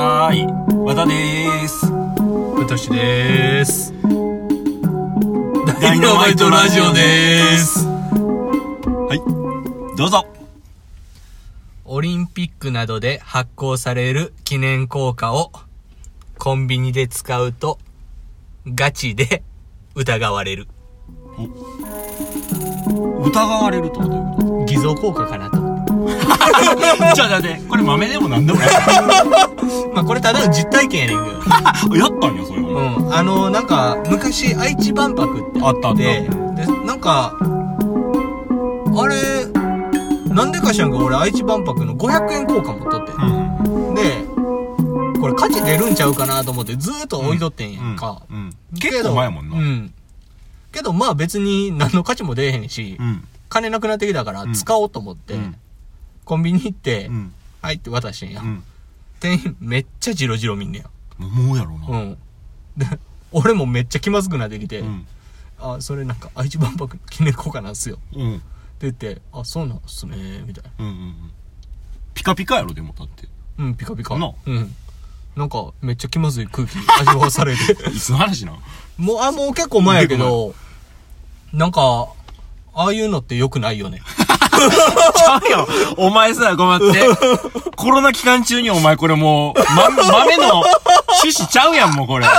はーい、和田でーす。 私でーす。 ダイナマイトラジオでーす。はい、どうぞ。 オリンピックなどで発行される記念硬貨をコンビニで使うとガチで疑われる。 疑われるとはどういうこ偽造硬貨かなと。 じゃあだってこれ豆でもなんでもないまあこれただの実体験やねんけど。 やったんやそれは。 なんか昔愛知万博ってあって、でなんかあれなんでか知らんけど俺愛知万博の500円硬貨持っとって、でこれ価値出るんちゃうかなと思ってずーっと置いとってんやんか。 結構前やもんな。 けどまあ別に何の価値も出えへんし、金なくなってきたから使おうと思って、コンビニ行って、はいって渡してんや。店員めっちゃジロジロ見んねや。 もうやろな。 で、俺もめっちゃ気まずくなってきて、あ、それなんか愛知万博記念硬貨なんすよ。って言って、あ、そうなんすねみたいな。 ピカピカやろでもだって。 ピカピカ。 な。 なんかめっちゃ気まずい空気味わされて。 いつの話な？ もう結構前やけど、なんか、ああいうのって良くないよね。 ちゃうよ。お前さ、ごめんって。コロナ期間中にお前これもう、豆の趣旨ちゃうやんもうこれ。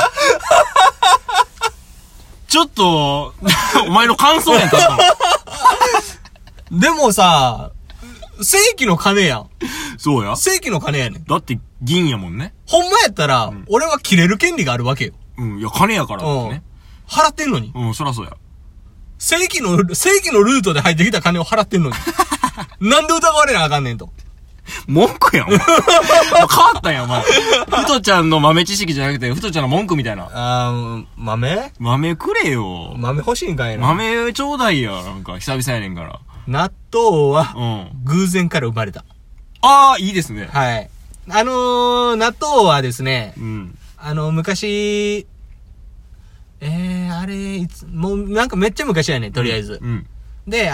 ちょっと、お前の感想やんかったの。でもさ、正規の金やん。 そうや。 正規の金やねん。 だって銀やもんね。 ほんまやったら、俺は切れる権利があるわけよ。 いや、金やからね。 払ってんのに。 そらそうや。 正規のルートで入ってきた金を払ってんのに。なんで疑われなあかんねんと。 文句やん、お前。もう変わったんや、お前。ふとちゃんの豆知識じゃなくて、ふとちゃんの文句みたいな。 豆くれよ。 豆欲しいんかいな。 豆ちょうだいや、なんか、久々やねんから。 納豆は、偶然から生まれた。 ああ、いいですね。 はい。納豆はですね、昔、あれ、もうなんかめっちゃ昔やねん、とりあえず。で、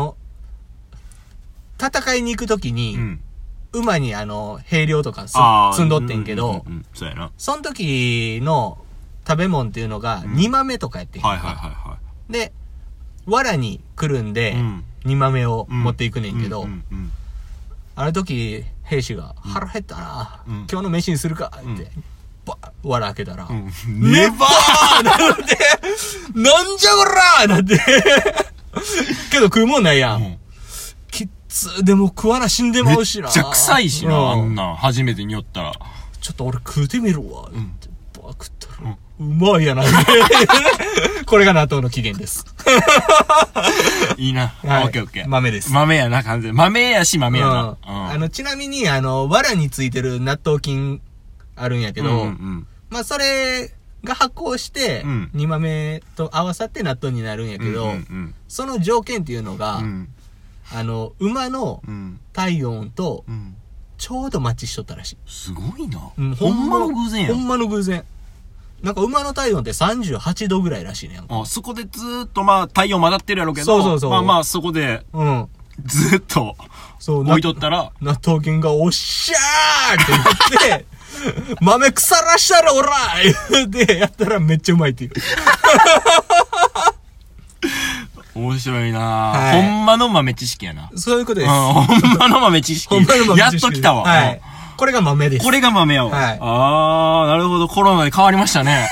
戦いに行くときに、馬に兵糧とか積んどってんけど、 そうやな。 その時の食べ物っていうのが、煮豆とかやってん。で、藁にくるんで、煮豆を持っていくねんけど、ある時、兵士が、腹減ったな、今日の飯にするかって、藁開けたら、ネバーなんて、なんじゃこらーなんて。けど食うもんないやん。きっつ、でも食わな死んでまうしな。 めっちゃ臭いしな、あんなん。初めてにおったら。 ちょっと俺食うてみるわ。って食ったら、うまいやな。これが納豆の起源です。 いいな。オッケーオッケー。 豆です。 豆やな、完全に。豆やし豆やな。 ちなみに、藁についてる納豆菌あるんやけど、まあ、それが発酵して、煮豆と合わさって納豆になるんやけど、その条件っていうのが、馬の体温と、ちょうどマッチしとったらしい。 すごいな。ほんまの偶然や。 ほんまの偶然。なんか馬の体温って38度ぐらいらしいね。 そこでずーっとまあ太陽混ざってるやろうけど、まあそこで、ずーっと、置いとったら、 納豆菌がおっしゃーって言って、豆腐らしたらおらーってやったらめっちゃうまいっていう。 面白いなぁ。ほんまの豆知識やな。 そういうことです。 ほんまの豆知識。やっと来たわ。 これが豆です。 これが豆やわ。あー、なるほど。コロナで変わりましたね。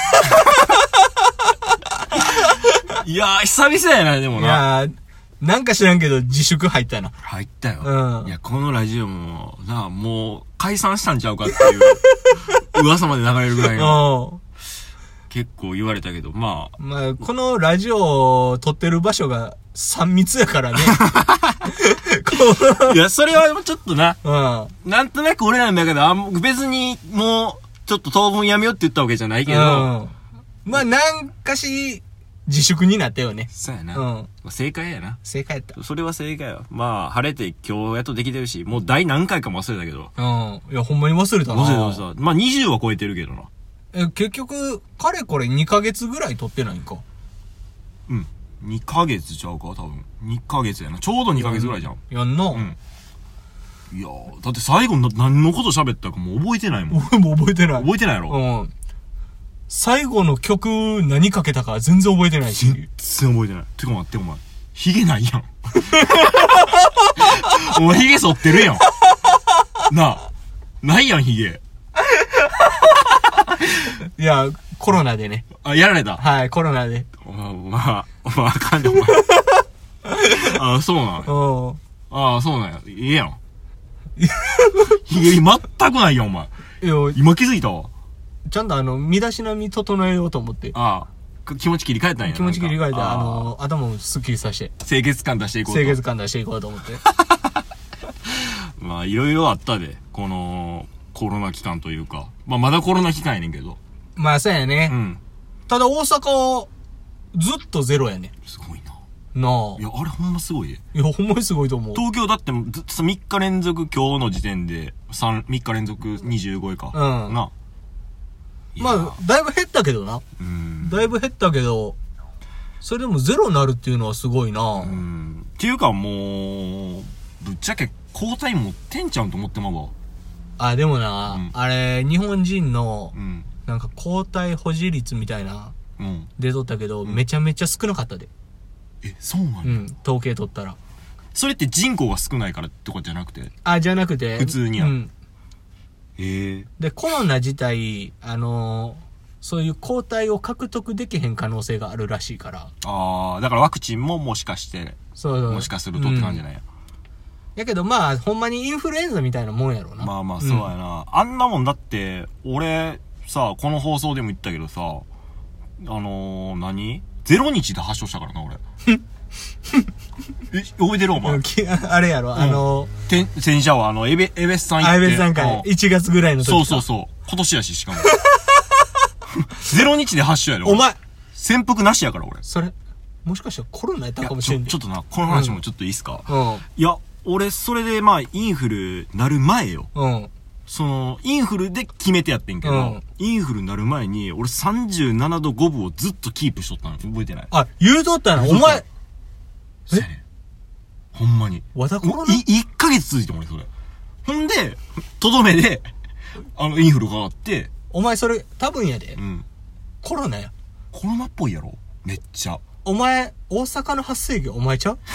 いやー、久々やな、でもな。いやー、 なんか知らんけど自粛入ったな。 入ったよ。いや、このラジオも、もう解散したんちゃうかっていう噂まで流れるぐらいの。結構言われたけど、まあ、このラジオを撮ってる場所が3密やからね。 いや、それはちょっとな。なんとなく俺なんだけど、別にもう、ちょっと当分やめようって言ったわけじゃないけど。まあ、なんかし、自粛になったよね。 そうやな。正解やな。 正解やった。 それは正解や。まあ、晴れて今日やっとできてるし、もう第何回かも忘れたけど。 いや、ほんまに忘れたな。 忘れた。まあ、20は超えてるけどな。 結局、かれこれ2ヶ月ぐらい撮ってないんか。 2ヶ月ちゃうか、多分。2ヶ月やな。ちょうど2ヶ月ぐらいじゃん。 やんな。 いやだって最後何のこと喋ったかもう覚えてないもん。 俺も覚えてない。 覚えてないやろ。 うん。最後の曲何かけたか全然覚えてないし。 全然覚えてない。てか待って、お前。ヒゲないやん。お前ヒゲ剃ってるやん。なあ。ないやん、ヒゲ。 いや、コロナでね。 あ、やられた。 はい、コロナで。 まあ、あかんねん、お前。あ、そうなんや。あ、そうなんや。いいやん。ヒゲ全くないやん、お前。今気づいたわ。 ちゃんと身だしなみ整えようと思って。 ああ。気持ち切り替えたんや。 気持ち切り替えて、頭もスッキリさせて。 清潔感出していこうと。 清潔感出していこうと思って。 まあ、いろいろあったで。この、コロナ期間というか。まあ、まだコロナ期間やねんけど。 まあ、そうやね。 うん。 ただ、大阪、ずっとゼロやね。 すごいな。 なあ。 いや、あれほんますごい。 いや、ほんまにすごいと思う。 東京だってずっと3日連続今日の時点で3日連続25位か。 うん。 な。 まあ、だいぶ減ったけどな。だいぶ減ったけど、それでもゼロになるっていうのはすごいな。 っていうかもう、ぶっちゃけ抗体持ってんちゃうんと思ってまうわ。 あ、でもな、あれ、日本人の、なんか抗体保持率みたいな、出とったけど、めちゃめちゃ少なかったで。 え、そうなんや。統計取ったら。 それって人口が少ないからってことじゃなくて？ あ、じゃなくて。 普通にや。 で、コロナ自体、そういう抗体を獲得できへん可能性があるらしいから。 ああ、だからワクチンももしかして、もしかするとって感じなんや。 やけどまあ、ほんまにインフルエンザみたいなもんやろうな。 まあまあ、そうやな。あんなもんだって、俺、さ、この放送でも言ったけどさ、何 ?0 日で発症したからな、俺。覚えてるお前。 あれやろ、 洗車はエベスさん行って。 エベスさんかい。1月ぐらいの時。 そう。今年やし、しかも。0日で発症やろ。 お前潜伏なしやから、俺。 それ、もしかしたらコロナやったかもしれんね。 ちょっとな、この話もちょっといいっすか？いや、俺、それでまあ、インフルなる前よ。インフルで決めてやってんけど、インフルなる前に、俺37度5分をずっとキープしとったの。覚えてない？ あ、言うとったな、お前。 そうやね。ほんまに。 わたコロナ 1ヶ月続いても俺、それ。ほんで、とどめで、インフルがあって。 お前それ、多分やで。コロナや。 コロナっぽいやろ？めっちゃ。 お前、大阪の発生源お前ちゃう？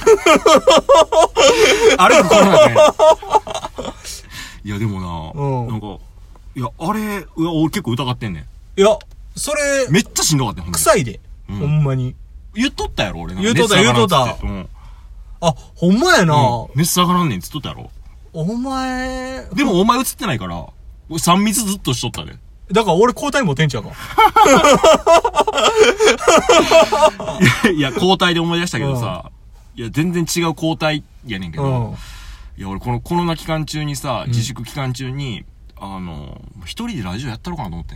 あれコロナかい。いや、でもな、なんか、いや、あれ、俺結構疑ってんねん。 いや、それ、 めっちゃしんどかったよ、ほんで。 臭いで。ほんまに。 言っとったやろ、俺。 言うとった。あ、ほんまやな。 熱下がらんねんつっとったやろ。 お前。 でもお前映ってないから、3密ずっとしとったで。 だから俺抗体持てんちゃうか。 いや、抗体で思い出したけどさ、いや、全然違う抗体やねんけど、いや、俺このコロナ期間中にさ、自粛期間中に、一人でラジオやったろうかなと思って。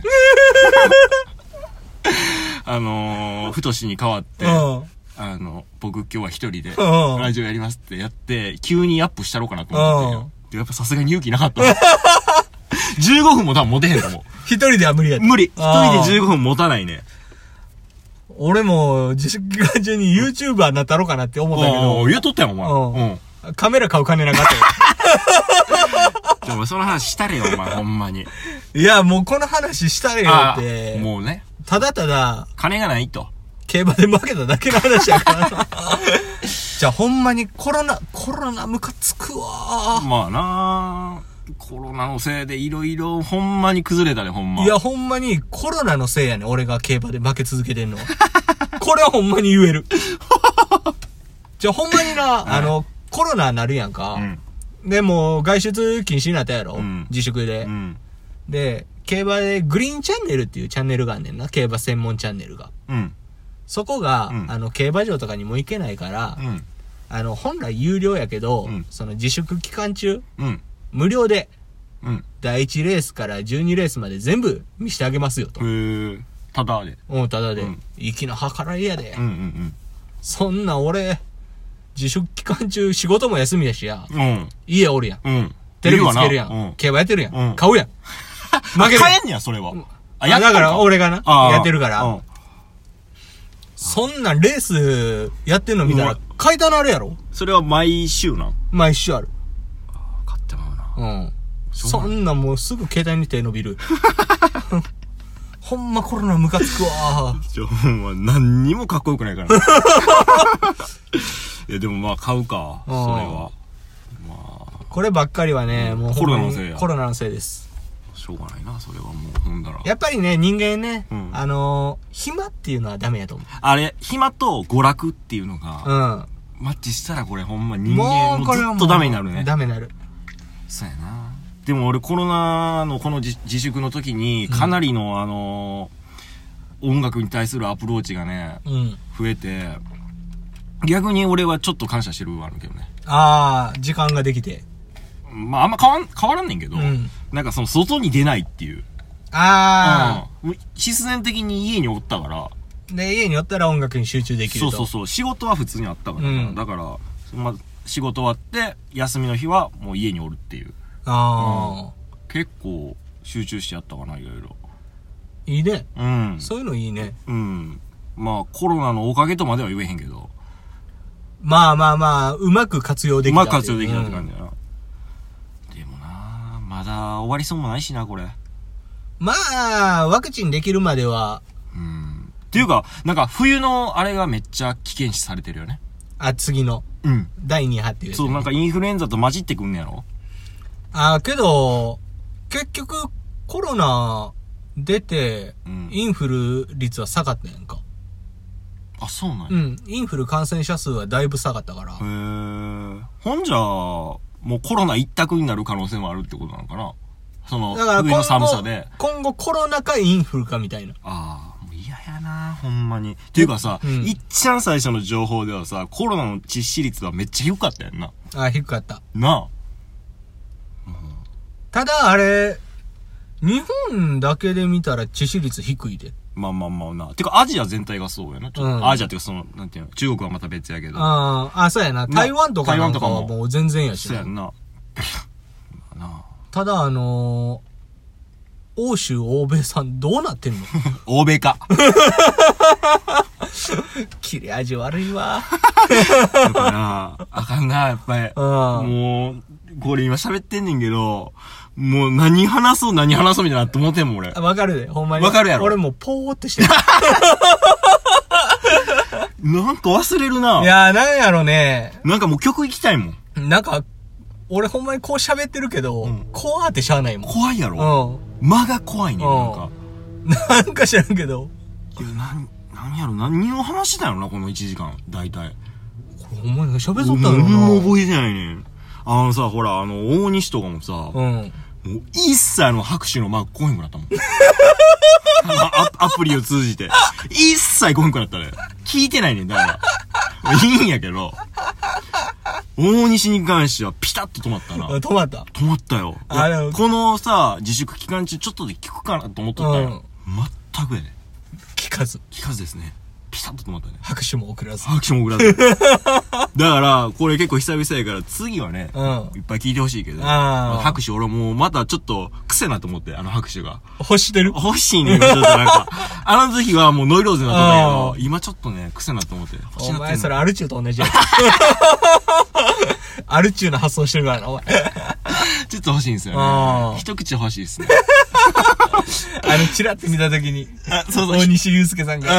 ふとしに代わって、僕今日は一人で、ラジオやりますってやって、急にアップしたろうかなと思ってよ。やっぱさすがに勇気なかった。15分も多分持てへんと思う。 一人では無理やった。 無理。一人で15分持たないね。 俺も自粛期間中に YouTuber になったろうかなって思ったけど。 言うとったよ、お前。 カメラ買う金なかったよ。 お前その話したれよ、お前、ほんまに。 いや、もうこの話したれよって。 もうね。 ただただ。 金がないと。 競馬で負けただけの話やから。じゃあほんまにコロナムカつくわ。 まあなコロナのせいでいろいろほんまに崩れたね、ほんま。 いや、ほんまにコロナのせいやね、俺が競馬で負け続けてんのは。これはほんまに言える。じゃあほんまにな、コロナなるやんか。でも、外出禁止になったやろ、自粛で。で、競馬でグリーンチャンネルっていうチャンネルがあんねんな、競馬専門チャンネルが。そこが、競馬場とかにも行けないから、本来有料やけど、その自粛期間中、無料で、第1レースから12レースまで全部見してあげますよと。 ただで。 ただで。粋な計らいやで。そんな俺、自粛期間中仕事も休みやしや。家おるやん。テレビつけるやん。競馬やってるやん。買うやん。 負ける。買えんねや、それは。 だから俺がな、やってるから。そんなレースやってんの見たら、買いたなるやろ？ それは毎週なん？ 毎週ある。 うん。そんなもうすぐ携帯に手伸びる。ほんまコロナムカつくわ。 ほんま何にもかっこよくないから。いやでもまあ買うか、それは。まあ。 こればっかりはね、もうコロナのせいや。 コロナのせいです。 しょうがないな、それはもう、ほんだら。 やっぱりね、人間ね、暇っていうのはダメやと思う。 あれ、暇と娯楽っていうのが、マッチしたらこれほんま人間もずっとダメになるね。 ダメになる。 そうやな。でも俺コロナのこの自粛の時に、かなりの音楽に対するアプローチがね、増えて、逆に俺はちょっと感謝してる部分あるけどね。 ああ、時間ができて。 まああんま変わらんねんけど、なんかその外に出ないっていう。 ああ。必然的に家におったから。 で、家におったら音楽に集中できると。 そう。仕事は普通にあったから。だから、まあ、仕事終わって、休みの日はもう家におるっていう。結構集中してやったかな、いろいろ。 いいね。そういうのいいね。 まあ、コロナのおかげとまでは言えへんけど。 まあ、うまく活用できた。 うまく活用できたって感じだな。でもなまだ終わりそうもないしな、これ。 まあ、ワクチンできるまでは。 っていうか、なんか冬のあれがめっちゃ危険視されてるよね。 あ、次の。第2波っていう、ね。 そう、なんかインフルエンザと混じってくんねやろ？ けど、結局、コロナ出て、インフル率は下がったやんか。 あ、そうなんや。 インフル感染者数はだいぶ下がったから。 ほんじゃ、もうコロナ一択になる可能性もあるってことなのかな？その、冬の寒さで。 今後コロナかインフルかみたいな。 もう嫌やなほんまに。っていうかさ、いっちゃん最初の情報ではさ、コロナの致死率はめっちゃ低かったやんな。 低かった。 なあ。 ただ、あれ、日本だけで見たら致死率低いで。 まあな。てか、アジア全体がそうやな。アジアっていうか、その、なんていうの、中国はまた別やけど。 そうやな。台湾とかはもう全然やし。 そうやんな。 ただ、欧州、欧米さんどうなってんの？ 欧米か。 切れ味悪いわ。 だから、あかんな、やっぱり。もう、これ今喋ってんねんけど、もう何話そうみたいなって思ってんもん、俺。 わかるで、ほんまに。 わかるやろ。 俺もうポーってしてる。 なんか忘れるな。 いやー、なんやろね。 なんかもう曲行きたいもん。なんか、俺ほんまにこう喋ってるけど、怖ってしゃあないもん。 怖いやろ。間が怖いねん、なんか。 なんか知らんけど。 いや、なんやろ、何を話したんやろな、この1時間、大体。 これほんまに喋っとったのな。 何も覚えてないねん。さ、ほら、大西とかもさ、もう一切拍手のマーク来へんくなったもん。アプリを通じて。一切来へんくなったね。聞いてないねん、だから。いいんやけど、大西に関してはピタッと止まったな。 止まったよ。このさ、自粛期間中ちょっとで聞くかなと思っとったよ。全くやね。 聞かずですね。ピタッと止まったね。 拍手も送らず。 だから、これ結構久々やから、次はね、いっぱい聞いてほしいけど、拍手俺もうまたちょっと癖なと思って、拍手が。 欲してる？ 欲しいね、ちょっとなんか。あの時はもうノイローゼなとったけど、今ちょっとね、癖なと思って。 お前それアルチューと同じや。アルチューの発想してるからな、お前。 ちょっと欲しいんですよね。一口欲しいですね。 チラッて見たときに、 そう大西祐介さんが、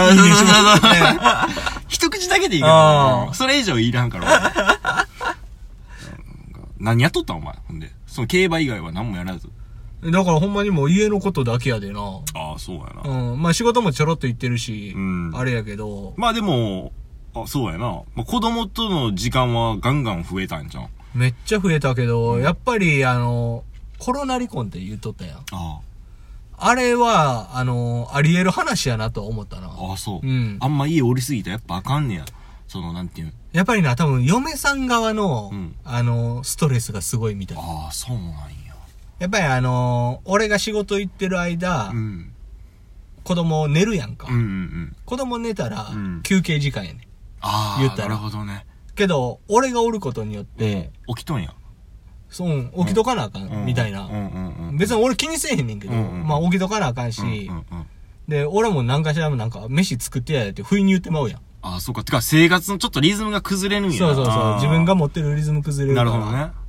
一口だけでいいから、それ以上いらんから。何やっとったんお前、ほんで。その競馬以外は何もやらず。 だからほんまにもう家のことだけやでな。 そうやな。 まあ仕事もちょろっと行ってるし、あれやけど。 まあでも、そうやな。子供との時間はガンガン増えたんじゃん。 めっちゃ増えたけど、やっぱりコロナ離婚って言っとったやん。あれは、あり得る話やなと思ったな。 そう。あんま家おりすぎたらやっぱあかんねや。なんていう。 やっぱりな、多分、嫁さん側の、ストレスがすごいみたいな。 そうなんや。 やっぱり俺が仕事行ってる間、子供寝るやんか。子供寝たら、休憩時間やねん。言ったら。 なるほどね。 けど、俺がおることによって、 起きとんや。 起きとかなあかん、みたいな。別に俺気にせえへんねんけど、まあ起きとかなあかんし、で、俺も何かしらもなんか、飯作ってやでって不意に言ってまうやん。 そうか。てか、生活のちょっとリズムが崩れるんや。 そう。自分が持ってるリズム崩れるから。 なるほどね。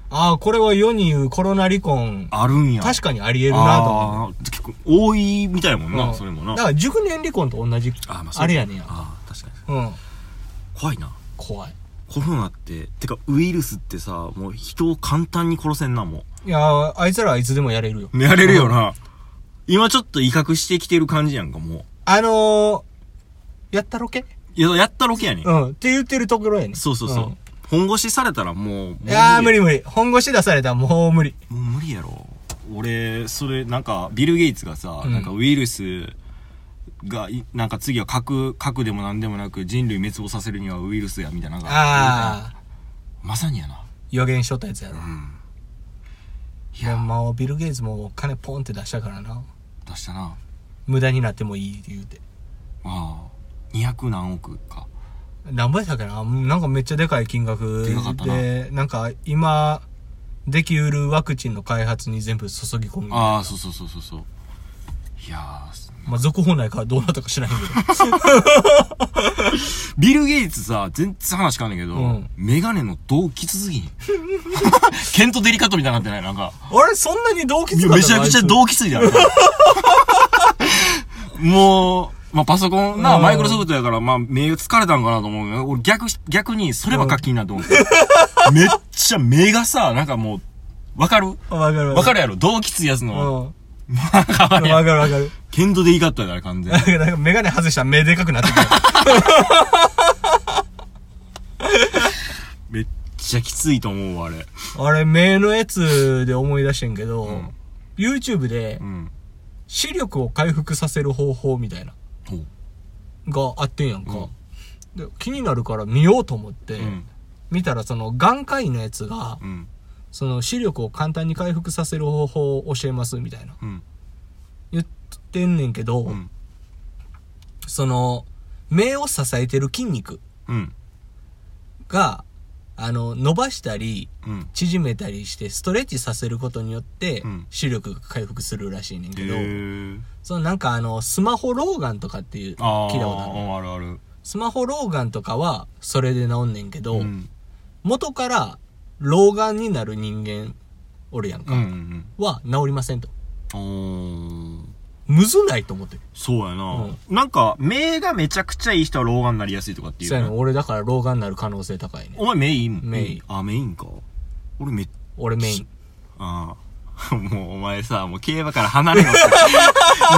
ああ、これは世に言うコロナ離婚。 あるんや。 確かにあり得るなと思う。 結構多いみたいもんな、それもな。 だから熟年離婚と同じ、あれやねんや。 ああ、確かに。うん。 怖いな。 怖い。 コロナって、てかウイルスってさ、もう人を簡単に殺せんな、もう。いやあいつらはいつでもやれるよ。 やれるよな。今ちょっと威嚇してきてる感じやんか、もう。 やったロケ？ いや、やったロケやねん。 うん。って言ってるところやねん。 そうそうそう。本腰されたらもう。 いやー無理無理。本腰出されたらもう無理。 もう無理やろ。俺、それ、なんか、ビル・ゲイツがさ、なんかウイルスが、なんか次は核でもなんでもなく人類滅亡させるにはウイルスや、みたいなのが。ああ。まさにやな。 予言しとったやつやろ。いや、まあ、ビル・ゲイツも金ポンって出したからな。 出したな。 無駄になってもいいって言うて。 ああ。200何億か。 何倍だっけな、なんかめっちゃでかい金額で、なんか今、できうるワクチンの開発に全部注ぎ込む。 ああ、そうそう。いやまあ、続報ないからどうなったか知らへんけど。 ビル・ゲイツさ、全然話変わんねんけど、メガネの動き続きに。ケント・デリカットみたいになってないなんか。 あれ、そんなに動きつかめちゃくちゃ動きついてある。もう、まあ、パソコンな、マイクロソフトやから、まあ、目が疲れたんかなと思うけど、俺逆にそればっか気になって思って。めっちゃ目がさ、なんかもう、わかるわかるやろ動きついやつの。 わかる。 ケントでいいかったやから、完全に。 なんかメガネ外したら目でかくなってくる。 めっちゃきついと思うわ、あれ。 あれ、目のやつで思い出してんけど、YouTube で、視力を回復させる方法みたいな。があってんやんか、で気になるから見ようと思って、見たらその眼科医のやつが、その視力を簡単に回復させる方法を教えますみたいな、言ってんねんけど、その目を支えてる筋肉が、伸ばしたり、縮めたりしてストレッチさせることによって、視力が回復するらしいねんけど、そのなんかスマホ老眼とかっていう、聞いたことある。 ある。 スマホ老眼とかはそれで治んねんけど、元から老眼になる人間おるやんか、は治りませんと。むずないと思って。 そうやな、なんか目がめちゃくちゃいい人は老眼になりやすいとかっていう。 そうやな、俺だから老眼になる可能性高いね。 お前目いいもん。 目いい。 あ、目いいんか。俺メイン。ああ。もうお前さ、もう競馬から離れろって。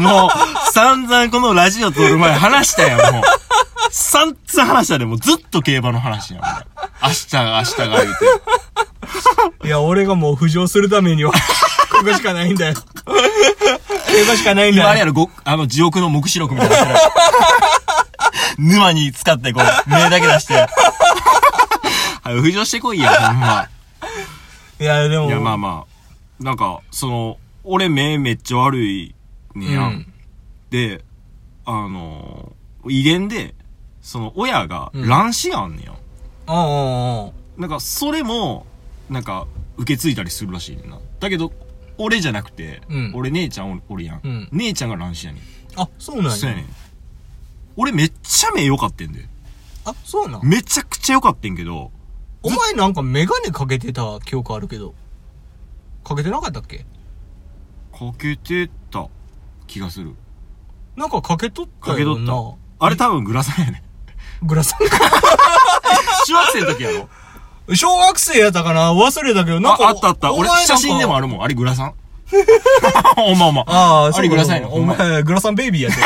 もう、散々このラジオ撮る前話したやん、もう。散々話したで、もうずっと競馬の話やん。明日が言うて。いや、俺がもう浮上するためには、ここしかないんだよ。競馬しかないんだよ。 今あれやろ、地獄の目視録みたいな。沼に使ってこう、目だけ出して。浮上してこいや、ほんま。 いや、でも。 いや、まあまあ。なんか、俺目めっちゃ悪いねやん。で、遺伝で、親が乱視があんねや。なんか、それも、なんか、受け継いだりするらしいねんな。だけど、俺じゃなくて、俺姉ちゃんおるやん。姉ちゃんが乱視やねん。 あ、そうなんや。 そうやねん。俺めっちゃ目良かってんで。 あ、そうなん？ めちゃくちゃ良かってんけど。 お前なんかメガネかけてた記憶あるけど。かけてなかったっけ？ かけてた気がする。 なんかかけとったよな。 あれ多分グラサンやね。 グラサンか。 小学生の時やろ？ 小学生やったかな忘れたけど、なんか。 あった。俺写真でもあるもん。あれグラサンおま。 ああ、 あれグラサンやろ。お前、グラサンベイビーやって。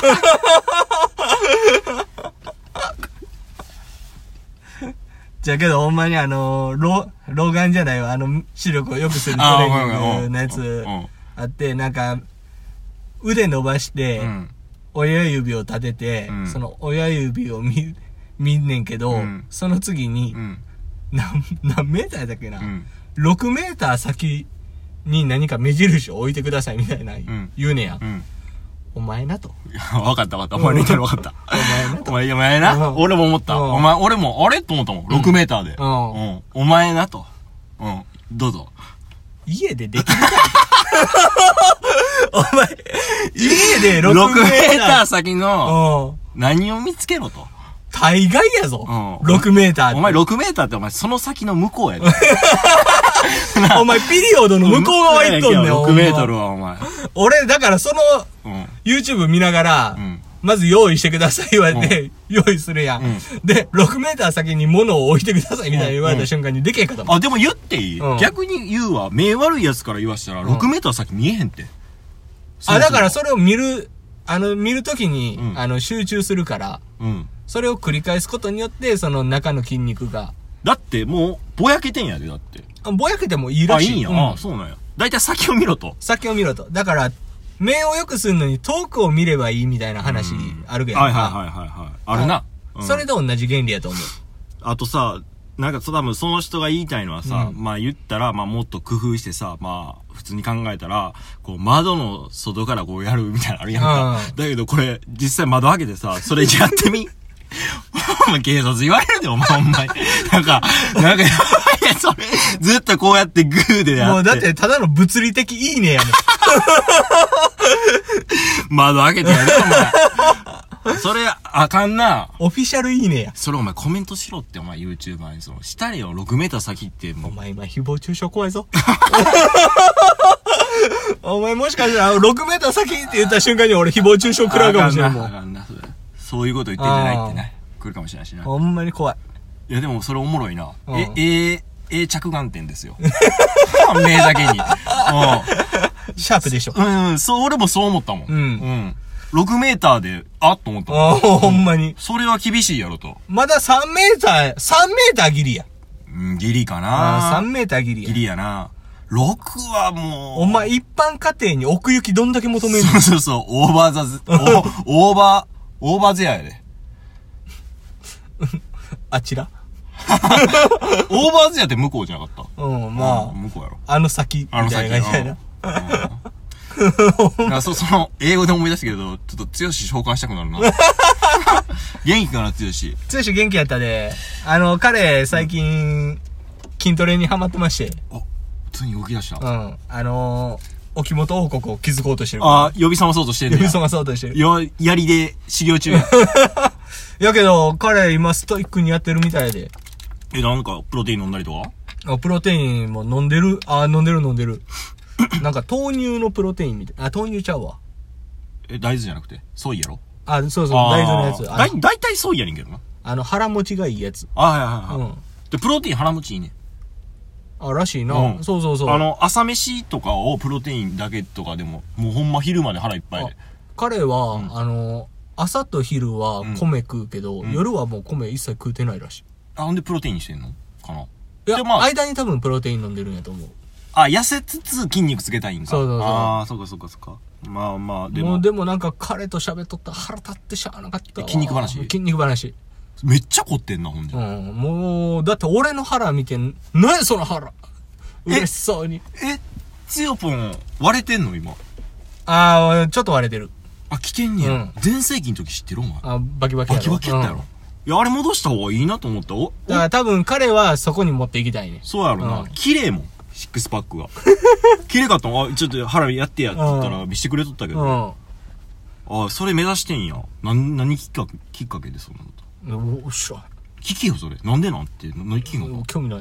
じゃけど、ほんまに老眼じゃないわ。視力を良くするトレーニングのやつあって、なんか、腕伸ばして、親指を立てて、その親指を見んねんけど、その次に、何メーターだっけな、6メーター先に何か目印を置いてくださいみたいな言うねや。お前なと。 わかった。お前言ったらわかった。お前な。俺も思った。俺も、あれと思ったもん。6メーターで。お前なと。どうぞ。 家でできるかお前、家で6メーター先の、何を見つけろと。 大概やぞ。6メーター。 お前6メーターってお前その先の向こうやで。 お前、ピリオドの向こう側行っとんねん、 6メートルは、お前。 俺、だからその、YouTube 見ながら、まず用意してください言われて、用意するやん。で、6メーター先に物を置いてくださいみたいに言われた瞬間にでけえかと思う。 あ、でも言っていい？逆に言うわ。目悪いやつから言わしたら、6メーター先見えへんって。 あ、だからそれを見るときに、集中するから、それを繰り返すことによって、その中の筋肉が。 だって、もう、ぼやけてんやで、だって。 ぼやけてもいいらしい。 あ、いいんや。あ、そうなんや。だいたい先を見ろと。 先を見ろと。だから、目を良くするのに遠くを見ればいいみたいな話あるけど。 はいはいはいはい。あるな。 それと同じ原理やと思う。 あとさ、なんか多分その人が言いたいのはさ、まあ言ったら、まあもっと工夫してさ、まあ普通に考えたら、こう窓の外からこうやるみたいなのあるやんか。だけどこれ、実際窓開けてさ、それやってみ。お前警察言われるで、お前ほんまに。なんか、いや、それ、ずっとこうやってグーでやって。 もうだってただの物理的いいねやねん。 窓開けてやるよ、お前。それ、あかんな。 オフィシャルいいねや。 それお前コメントしろって、お前 YouTuber にしたれよ、6メーター先ってもう。 お前今誹謗中傷怖いぞ。お前もしかしたら6メーター先って言った瞬間に俺誹謗中傷食らうかもしれんもん。 あかんな、そういうこと言ってんじゃないってね。来るかもしれないしな。 ほんまに怖い。 いやでもそれおもろいな。着眼点ですよ。目だけに。 シャープでしょ。 俺もそう思ったもん。6メーターで、あっと思ったもん。 ほんまに。 それは厳しいやろと。 まだ3メーターギリや。 ギリかな。 3メーターギリや。 ギリやな。6はもう。 お前一般家庭に奥行きどんだけ求めるの？ そう、オーバーゼアやで。 あちらオーバーゼアって向こうじゃなかった？ まあ。 向こうやろ。 あの先。みたいな感じやな。その、英語で思い出したけど、ちょっと、剛召喚したくなるな。元気かな、剛。 剛元気やったで。彼、最近、筋トレにハマってまして。 普通に動き出した。 沖本王国を築こうとしてる。 ああ、呼び覚まそうとしてる。 呼び覚まそうとしてる。 槍で修行中や。 やけど、彼今ストイックにやってるみたいで。 なんか、プロテイン飲んだりとか？ プロテインも飲んでる。飲んでる。なんか豆乳のプロテインみたいな。豆乳ちゃうわ。 大豆じゃなくてソイやろ？ そう、大豆のやつ。 大体ソイやねんけどな。 腹持ちがいいやつ。 はい。で、プロテイン腹持ちいいね。 らしいな。そう。 朝飯とかをプロテインだけとかでも、もうほんま昼まで腹いっぱいで。 彼は、朝と昼は米食うけど、夜はもう米一切食うてないらしい。 なんでプロテインしてんのかな？ いや、間に多分プロテイン飲んでるんやと思う。 痩せつつ筋肉つけたいんか。 そう。 そうか。まあ、でも。 でもなんか彼と喋っとったら腹立ってしゃあなかったわ。 筋肉話。めっちゃ凝ってんな、ほんじゃ。 もう、だって俺の腹見て、何やその腹。嬉しそうに。 つよぽん、割れてんの今。 ちょっと割れてる。 来てんねや。全盛期の時知ってるお前。 バキバキやろ。 バキやったやろ。いや、あれ戻した方がいいなと思った。 だから多分彼はそこに持っていきたいね。 そうやろな。綺麗もん。シックスパックが。綺麗かったの？ちょっと腹やってやって言ったら見してくれとったけど。それ目指してんや。何きっかけでそんなの？ おっしゃ。 聞けよ、それ。なんでなんて。何聞くの？ 興味ない。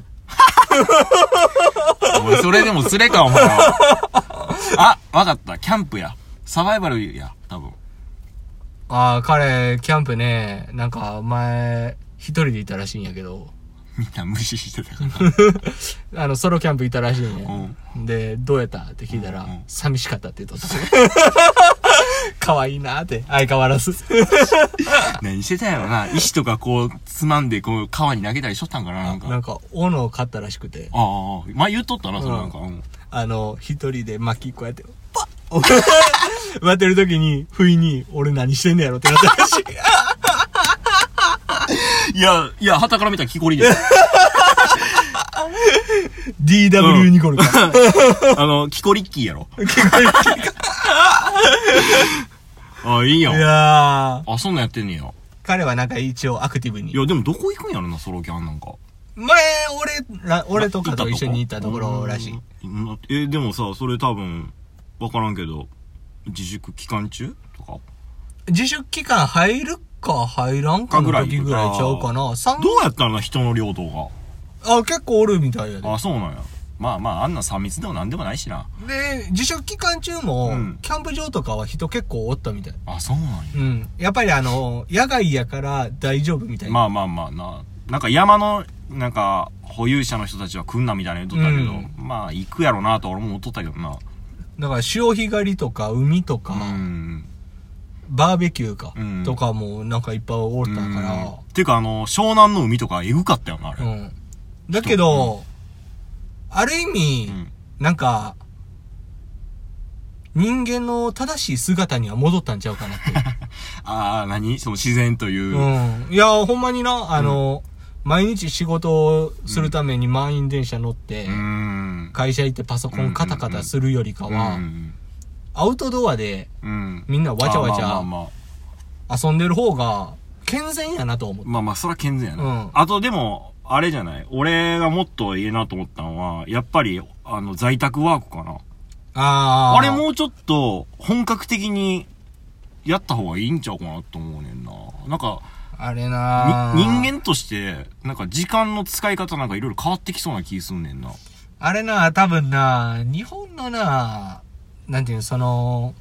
お前、それでも連れか、お前は。わかった。キャンプや。サバイバルや、多分。 彼、キャンプね、なんか、前、一人でいたらしいんやけど。 みんな無視してたから。ソロキャンプいたらしいんや。で、どうやったって聞いたら、寂しかったって言っとった。可愛いなーって、相変わらず。 何してたんやろな。石とかこう、つまんで、こう、川に投げたりしとったんかな、 なんか、斧を買ったらしくて。 前言っとったな、それなんか。 一人で薪こうやって、パッ待ってる時に、不意に、俺何してんねやろってなったらしい。 いや、旗から見たら木こりで。 DW ニコルか。 キコリッキーやろ。 キコリッキー。 いいやん。 いやそんなんやってんねや。 彼はなんか一応アクティブに。 いや、でもどこ行くんやろな、ソロキャンなんか。 前、俺とかと一緒に行ったところらしい。でもさ、それ多分、わからんけど、自粛期間中とか？ 自粛期間入るか入らんかの時ぐらいちゃうかな。 どうやったらな、人の領土が。 結構おるみたいやで。 そうなんや。 まああんな3密でもなんでもないしな。 で、自粛期間中も、キャンプ場とかは人結構おったみたい。 あ、そうなんや。 うん。やっぱり野外やから大丈夫みたいな。まあな。なんか山の、なんか、保有者の人たちは来んなみたいな言っとったけど、まあ行くやろなと俺も思っとったけどな。 だから潮干狩りとか海とか、バーベキューか、とかもなんかいっぱいおったから。 っていうか湘南の海とかエグかったよな、あれ。 だけど、ある意味、なんか、人間の正しい姿には戻ったんちゃうかなって。 ああ、その自然という。 いや、ほんまにな、毎日仕事をするために満員電車乗って、会社行ってパソコンカタカタするよりかは、アウトドアで、みんなわちゃわちゃ遊んでる方が健全やなと思う。 まあ、そら健全やな。あとでも、あれじゃない俺がもっといいなと思ったのは、やっぱり、在宅ワークかな。あれもうちょっと、本格的に、やった方がいいんちゃうかなと思うねんな。なんか、 あれな人間として、なんか時間の使い方なんかいろいろ変わってきそうな気すんねんな。 あれな多分な日本のなんていうの、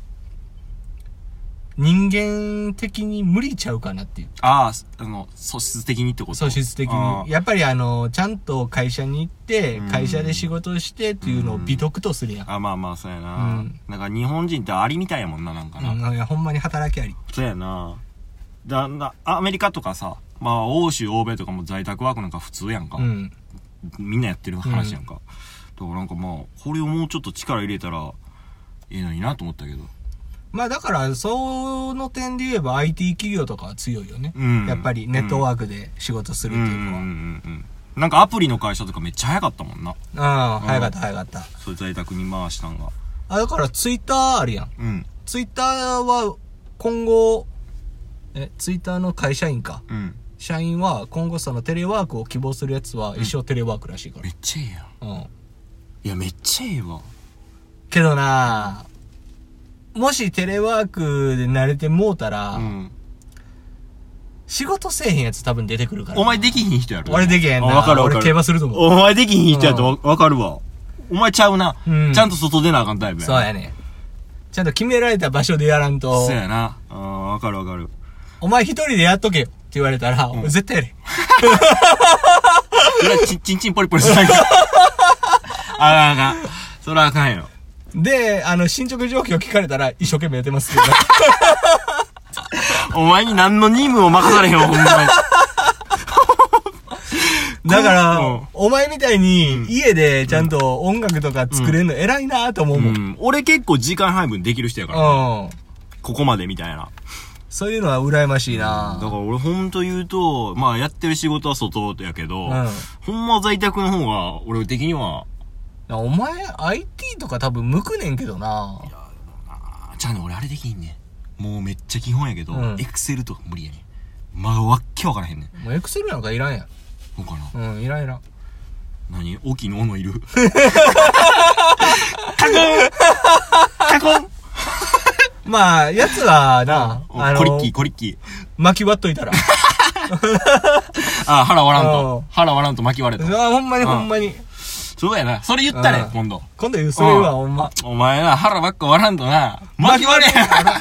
人間的に無理ちゃうかなっていう。 素質的にってこと？ 素質的に。やっぱりちゃんと会社に行って、会社で仕事してっていうのを美徳とするやん。 まあ、そうやな。なんか日本人ってアリみたいやもんな、なんかな。 いや、ほんまに働きあり。 そうやな。アメリカとかさ、まあ、欧州、欧米とかも在宅ワークなんか普通やんか。みんなやってる話やんか。だからなんかまあ、これをもうちょっと力入れたら、いいのになと思ったけど。 まあだから、その点で言えば IT 企業とかは強いよね。やっぱりネットワークで仕事するっていうのは。 なんかアプリの会社とかめっちゃ早かったもんな。 早かった。 それ在宅に回したんが。 だからツイッターあるやん。ツイッターは今後、ツイッターの会社員か。社員は今後そのテレワークを希望するやつは一生テレワークらしいから。 めっちゃええやん。いや、めっちゃええわ。 けどもしテレワークで慣れてもうたら、仕事せえへんやつ多分出てくるから。 お前できひん人やろ。 俺できへんな。 わかる。 俺競馬すると思う。 お前できひん人やとわかるわ。お前ちゃうな。ちゃんと外出なあかんタイプや。 そうやね。ちゃんと決められた場所でやらんと。 そうやな。わかる。 お前一人でやっとけよって言われたら、俺絶対やれ。 それはチンチンポリポリしないから。あかん。それはあかんよ。 で、進捗状況聞かれたら一生懸命やってますけど。 お前に何の任務を任されへんわ、ほんまに。 だから、お前みたいに家でちゃんと音楽とか作れるの偉いなと思うもん。 俺結構時間配分できる人やから。ここまでみたいな。 そういうのは羨ましいな。 だから俺ほんと言うと、まあやってる仕事は外やけど、ほんま在宅の方が俺的には、 お前 IT とか多分向くねんけどな。いやじゃあね、俺あれできんねん。もうめっちゃ基本やけど、エクセルとか無理やねん。まあわっけわからへんねん。 もうエクセルなんかいらんやん。 そうかな。 いらん。 何大きいの斧いるカコンまあ、やつはな、 コリッキー。 巻き割っといたら。 腹割らんと巻き割れた。 ほんまに。 そうやな。それ言ったね、今度。 今度言う、それはほんま。 お前な、腹ばっか割らんとな、巻き割れ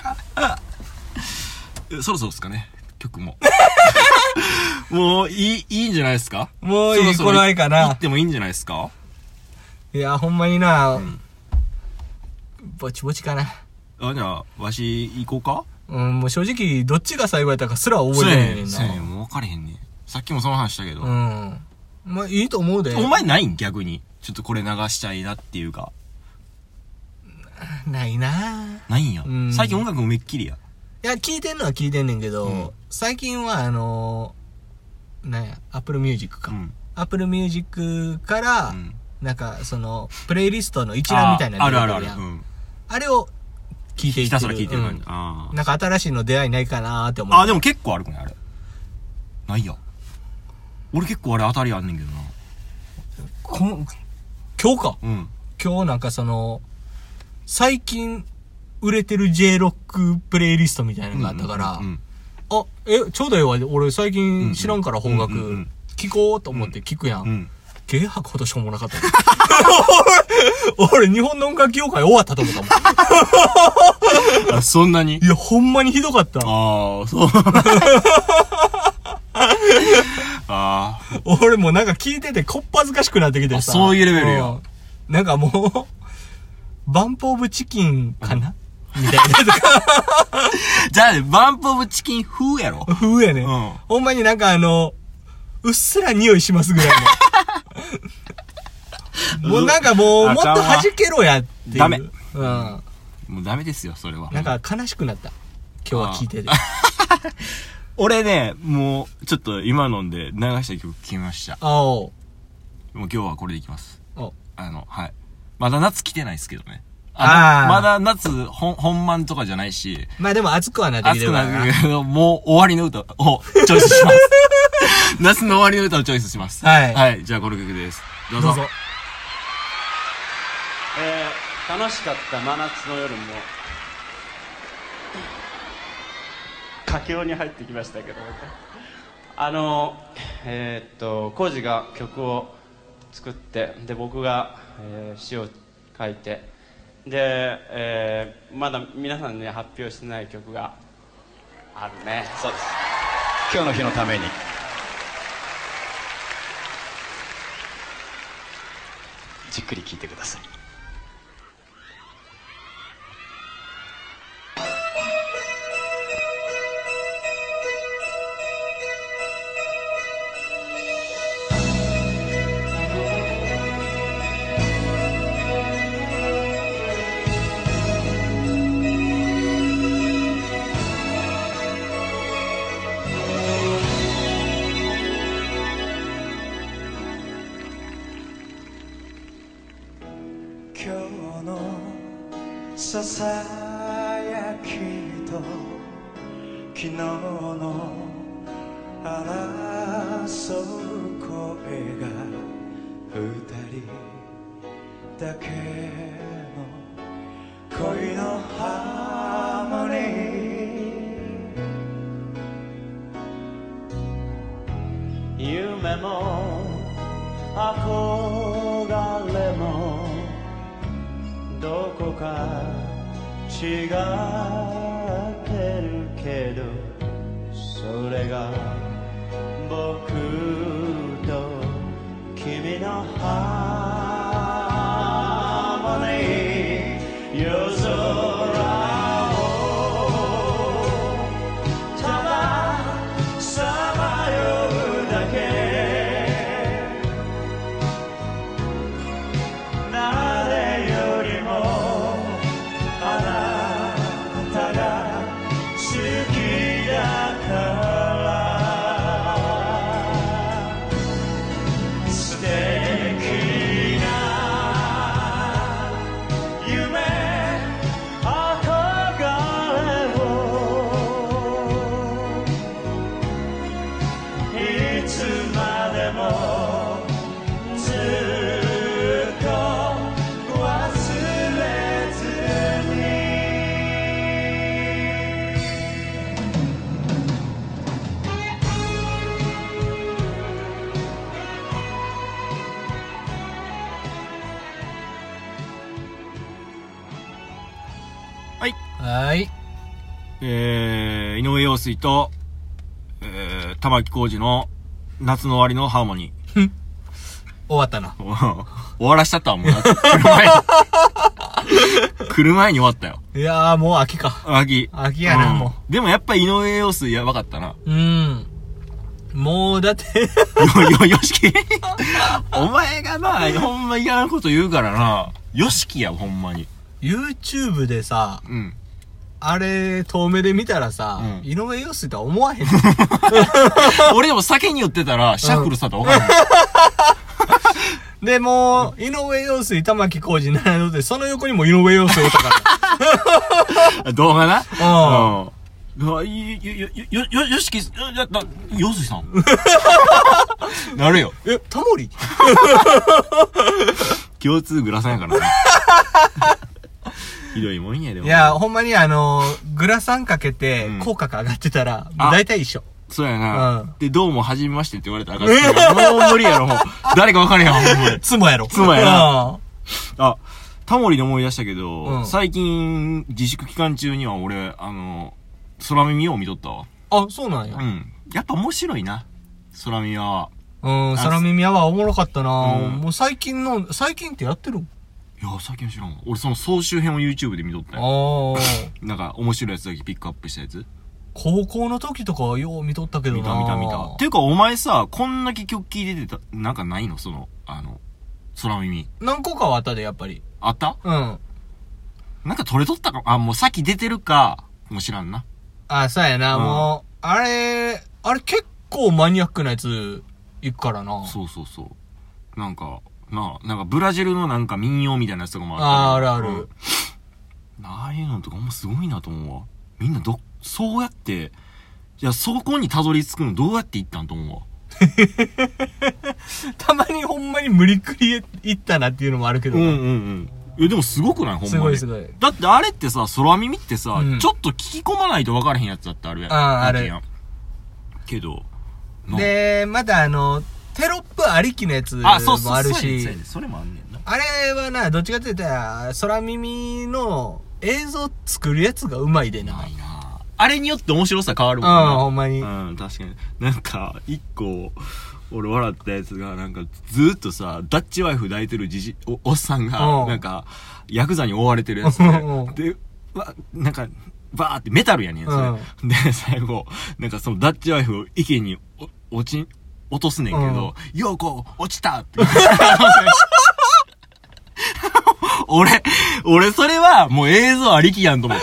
へん。そろそろっすかね、曲も。もう、いいんじゃないですか？ もういい頃合いかな。 行ってもいいんじゃないですか？ いや、ほんまにな、ぼちぼちかな。 じゃあ、わし、行こうか？ もう正直、どっちが最後やったかすら覚えてへんねんな。 そうやねん、もう分かれへんねん。さっきもその話したけど。 まあ、いいと思うで。 お前ないん？逆に。ちょっとこれ流したいなっていうか。 ないなないんや。最近音楽もめっきりや。 いや、聞いてんのは聞いてんねんけど、最近はなんや、Apple Music か。Apple Music から、なんか、プレイリストの一覧みたいなのある。 あれを聞いていってる。 ひたすら聞いてる感じ。 なんか新しいの出会いないかなーって思う。 でも結構あるくないあれ。ないや。俺結構あれ当たりあんねんけどな。 今日か。今日なんか最近売れてる J ロックプレイリストみたいなのがあったから、ちょうどええわ。俺最近知らんから方角聞こうと思って聞くやん。 ゲー吐くほどしょうもなかった。俺、日本の音楽業界終わったと思ったもん。あ、そんなに？ いや、ほんまにひどかった。 ああ、そう。ああ。 俺もなんか聞いててこっぱずかしくなってきてさ。 そういうレベルよ。 なんかもう、バンプオブチキンかな、みたいなやつか。 じゃあね、バンプオブチキン風やろ？ 風やね。ほんまになんかうっすら匂いしますぐらいの。もうなんかもっと弾けろやっていう。 ダメ。もうダメですよ、それは。 なんか悲しくなった。今日は聞いてて。 俺ね、もう、ちょっと今のんで流した曲決めました。もう今日はこれでいきます。はい。まだ夏来てないですけどね。まだ夏、本番とかじゃないし。 まあでも暑くはなってきてるから。 暑くなってきてるけど、もう終わりの歌をチョイスします。夏の終わりの歌をチョイスします。 はい。 はい。じゃあこの曲です。どうぞ。 楽しかった真夏の夜も、佳境に入ってきましたけど、浩二が曲を作って、で、僕が、詩を書いて、で、まだ皆さんに発表してない曲があるね。 そうです。今日の日のために。じっくり聴いてください。 今日のささやきと昨日の争う声が二人だけの恋のハーモニー、夢も憧れもどこか違ってるけど、それが僕と君のハーモニー、夜空をたださまようだけ、 はい。 井上陽水と、玉置浩二の夏の終わりのハーモニー。 終わったな。 終わらしちゃったわ、もう。来る前に終わったよ。 いやー、もう秋か。 秋やな、もう。でもやっぱ井上陽水やばかったな。 もう、だって。 よしき。お前がな、ほんま嫌なこと言うからな。よしきや、ほんまに。 YouTube でさ、あれ、遠目で見たらさ、井上陽水とは思わへん。 俺でも酒に酔ってたら、シャッフルしたと分からない。 で、もう、井上陽水、玉置浩二なので、その横にも井上陽水おったから。 動画な。よしき、陽水さんなるよ。 タモリ共通グラサンやからな。ひどいもんやでも。 いや、ほんまにグラサンかけて、口角上がってたら、大体一緒。 そうやな。で、どうも、はじめましてって言われたらあかん。もう無理やろ、もう。誰か分かれへん、ほんまに。 妻やろ。 妻やな。あ、タモリで思い出したけど、最近、自粛期間中には俺、空耳を見とったわ。 あ、そうなんや。 やっぱ面白いな。空耳は。 空耳はおもろかったな。もう最近ってやってる？ いや、最近知らんわ。俺その総集編を YouTube で見とったよ。なんか面白いやつだけピックアップしたやつ。 高校の時とかはよう見とったけどな。 見た。っていうかお前さ、こんだけ曲聴いててなんかないの空耳。 何個かはあったで、やっぱり。 あった？なんか撮れとったかもうさっき出てるか、もう知らんな。 そうやな、もう、あれ結構マニアックなやつ、行くからな。 そう。なんかブラジルのなんか民謡みたいなやつとかもあるある。 ああいうのとかほんますごいなと思うわ。みんなそうやって、いや、そこにたどり着くのどうやって行ったんと思うわ。 たまにほんまに無理くり行ったなっていうのもあるけど。 でもすごくないほんまに。 すごい。 だってあれってさ、空耳ってさ、ちょっと聞き込まないと分からへんやつだってあるやん。 ある。 けど。 で、またテロップありきのやつもあるし。 それもあんねんな。 あれはな、どっちかって言ったら、空耳の映像作るやつがうまいでな。 あれによって面白さ変わるもんな。 ほんまに。 確かに。なんか、一個、俺笑ったやつが、なんか、ずーっとさ、ダッチワイフ抱いてるおっさんが、なんか、ヤクザに追われてるやつで、なんか、バーってメタルやねん、それ。で、最後、なんかそのダッチワイフを池に落とすねんけど、ヨーコ、落ちたって。俺それはもう映像ありきやんと思って、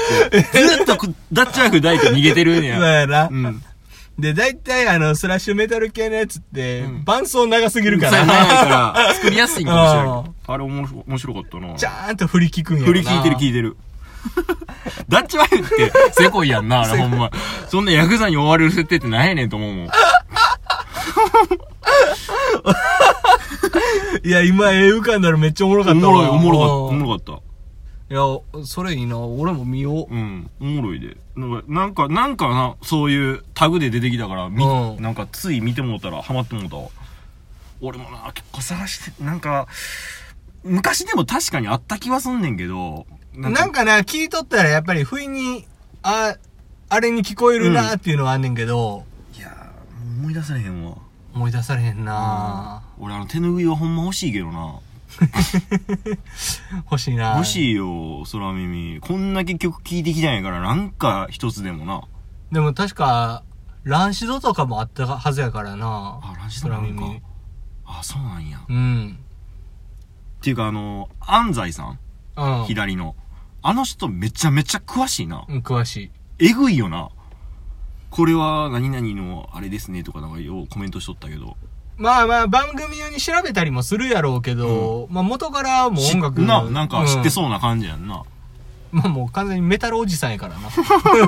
ずっとダッチワイフ抱いて逃げてるんや。 そうやな。で、大体スラッシュメタル系のやつって、伴奏長すぎるから。 長いから、作りやすいんかもしれない。あれ面白かったな。 ちゃんと振り聞くんやな。 振り聞いてる。ダッチワイフってせこいやんな、あれほんま。そんなヤクザに追われる設定ってなんやねんと思うもん。 いや、今浮かんだらめっちゃおもろかったわ。 おもろかった。 いや、それいいな。俺も見よう。 おもろいで。なんかな、そういうタグで出てきたから、なんかつい見てもうたらハマってもうたわ。俺もな、結構探して、なんか、昔でも確かにあった気はすんねんけど、 なんかな、聞いとったらやっぱり不意に、あれに聞こえるなっていうのはあんねんけど。 いやー、思い出されへんわ。 思い出されへんな。 俺手拭いはほんま欲しいけどな。 欲しいな。 欲しいよ、空耳。こんだけ曲聴いてきたんやから、なんか一つでもな。 でも確か、ランシドとかもあったはずやからな。 ランシドなんか。そうなんや。っていうか安西さん、左の。あの人めちゃめちゃ詳しいな。 詳しい。 えぐいよな。これは何々のあれですねとかなんかようコメントしとったけど。 まあ番組用に調べたりもするやろうけど、元からもう音楽なんか知ってそうな感じやんな。 もう完全にメタルおじさんやからな。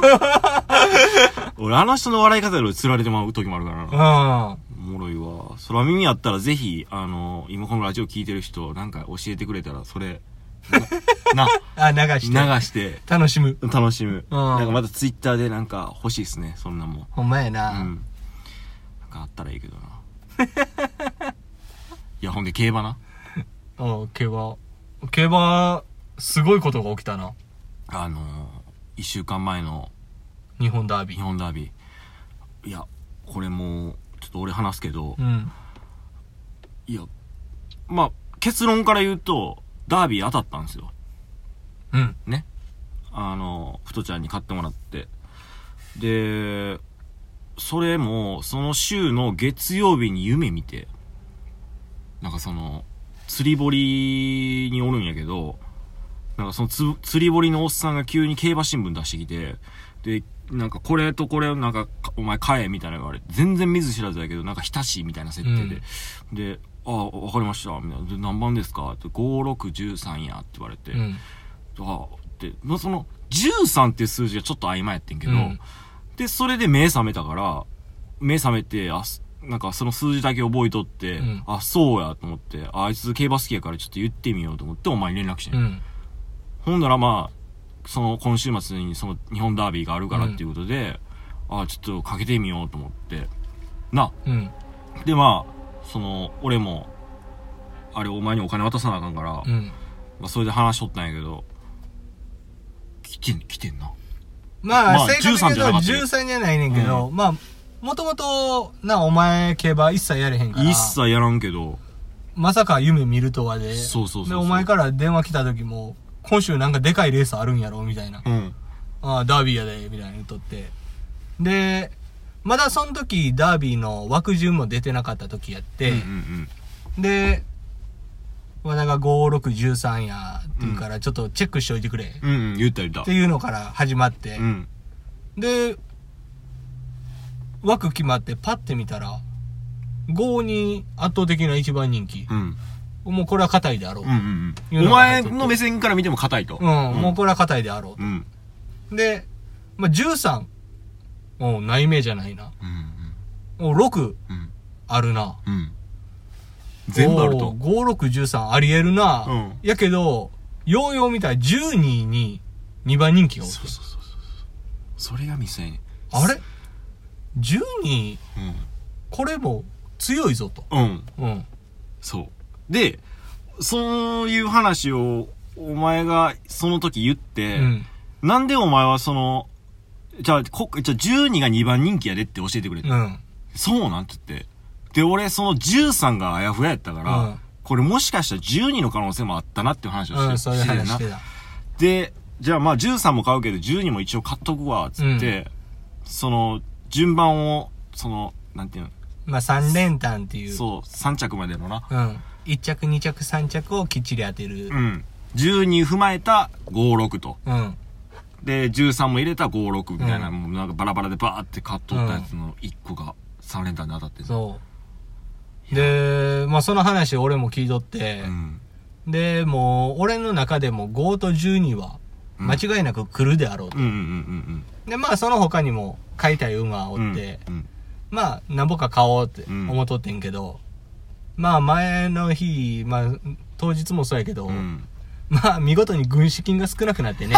俺あの人の笑い方より釣られてまう時もあるからな。おもろいわ。空耳やったらぜひ、今このラジオ聞いてる人、なんか教えてくれたら、それ、流して。 楽しむ。 なんかまたツイッターでなんか欲しいっすね、そんなもん。 ほんまやな。 なんかあったらいいけどな。いや、ほんで競馬な。 競馬、すごいことが起きたな。 1週間前の日本ダービー。いや、これもう、ちょっと俺話すけど、いや、まあ、結論から言うと、ダービー当たったんですよ。ね。ふとちゃんに買ってもらって。で、それも、その週の月曜日に夢見て、なんか釣り堀におるんやけど、なんかその釣り堀のおっさんが急に競馬新聞出してきて、で、なんかこれとこれなんかお前買えみたいな言われて、全然見ず知らずだけどなんか親しいみたいな設定で、で、わかりましたみたいな。で、何番ですかって、5613やって言われて、で、その13っていう数字がちょっと曖昧やってんけど、で、それで目覚めたから、目覚めて、なんかその数字だけ覚えとって、そうやと思って、あいつ競馬好きやからちょっと言ってみようと思ってお前に連絡してん。ほんならまあ、その今週末にその日本ダービーがあるからっていうことで、 あ、ちょっとかけてみようと思って。な。 うん。 で、まあ、俺も、あれお前にお金渡さなあかんから、 うん。 まあ、それで話しとったんやけど、来てんな。 まあ、正確に 13じゃなかった。 13じゃないねんけど、まあ、もともと、お前競馬一切やれへんから。 一切やらんけど。 まさか夢見るとはで。 そう。 で、お前から電話来た時も、今週なんかでかいレースあるんやろみたいな。 うん。 ああ、ダービーやで、みたいな言っとって。で、まだその時、ダービーの枠順も出てなかった時やって、で、まあなんか5、6、13やって言うから、ちょっとチェックしておいてくれ。 言った。 っていうのから始まって、で、枠決まってパッて見たら、5に圧倒的な一番人気。もうこれは硬いであろう。 お前の目線から見ても硬いと。 もうこれは硬いであろうと。で、まあ13、内名じゃないな。6、あるな。 全部あると。 5、6、13あり得るな。やけど、ようよう見たら12に2番人気がおる。そう。 それがミスやねん。 あれ ?12、これも強いぞと。 そう。で、そういう話をお前がその時言って、なんでお前はじゃあ12が2番人気やでって教えてくれて。そうなんて言って。で、俺その13があやふややったから、これもしかしたら12の可能性もあったなっていう話をして、 そういう話してた。 で、じゃあまあ13も買うけど12も一応買っとくわ、つって、順番を、なんていうの、 まあ3連単っていう。 そう、3着までのな。 1着、2着、3着をきっちり当てる。 12踏まえた5、6と。で、13も入れた5、6みたいな、もうなんかバラバラでバーって買っとったやつの1個が3連単で当たってる。 そう。で、まあその話俺も聞いとって、で、もう俺の中でも5と12は間違いなく来るであろうと。で、まあその他にも買いたい馬はおって、まあなんぼか買おうって思っとってんけど、まあ前の日、まあ当日もそうやけど、まあ見事に軍資金が少なくなってね。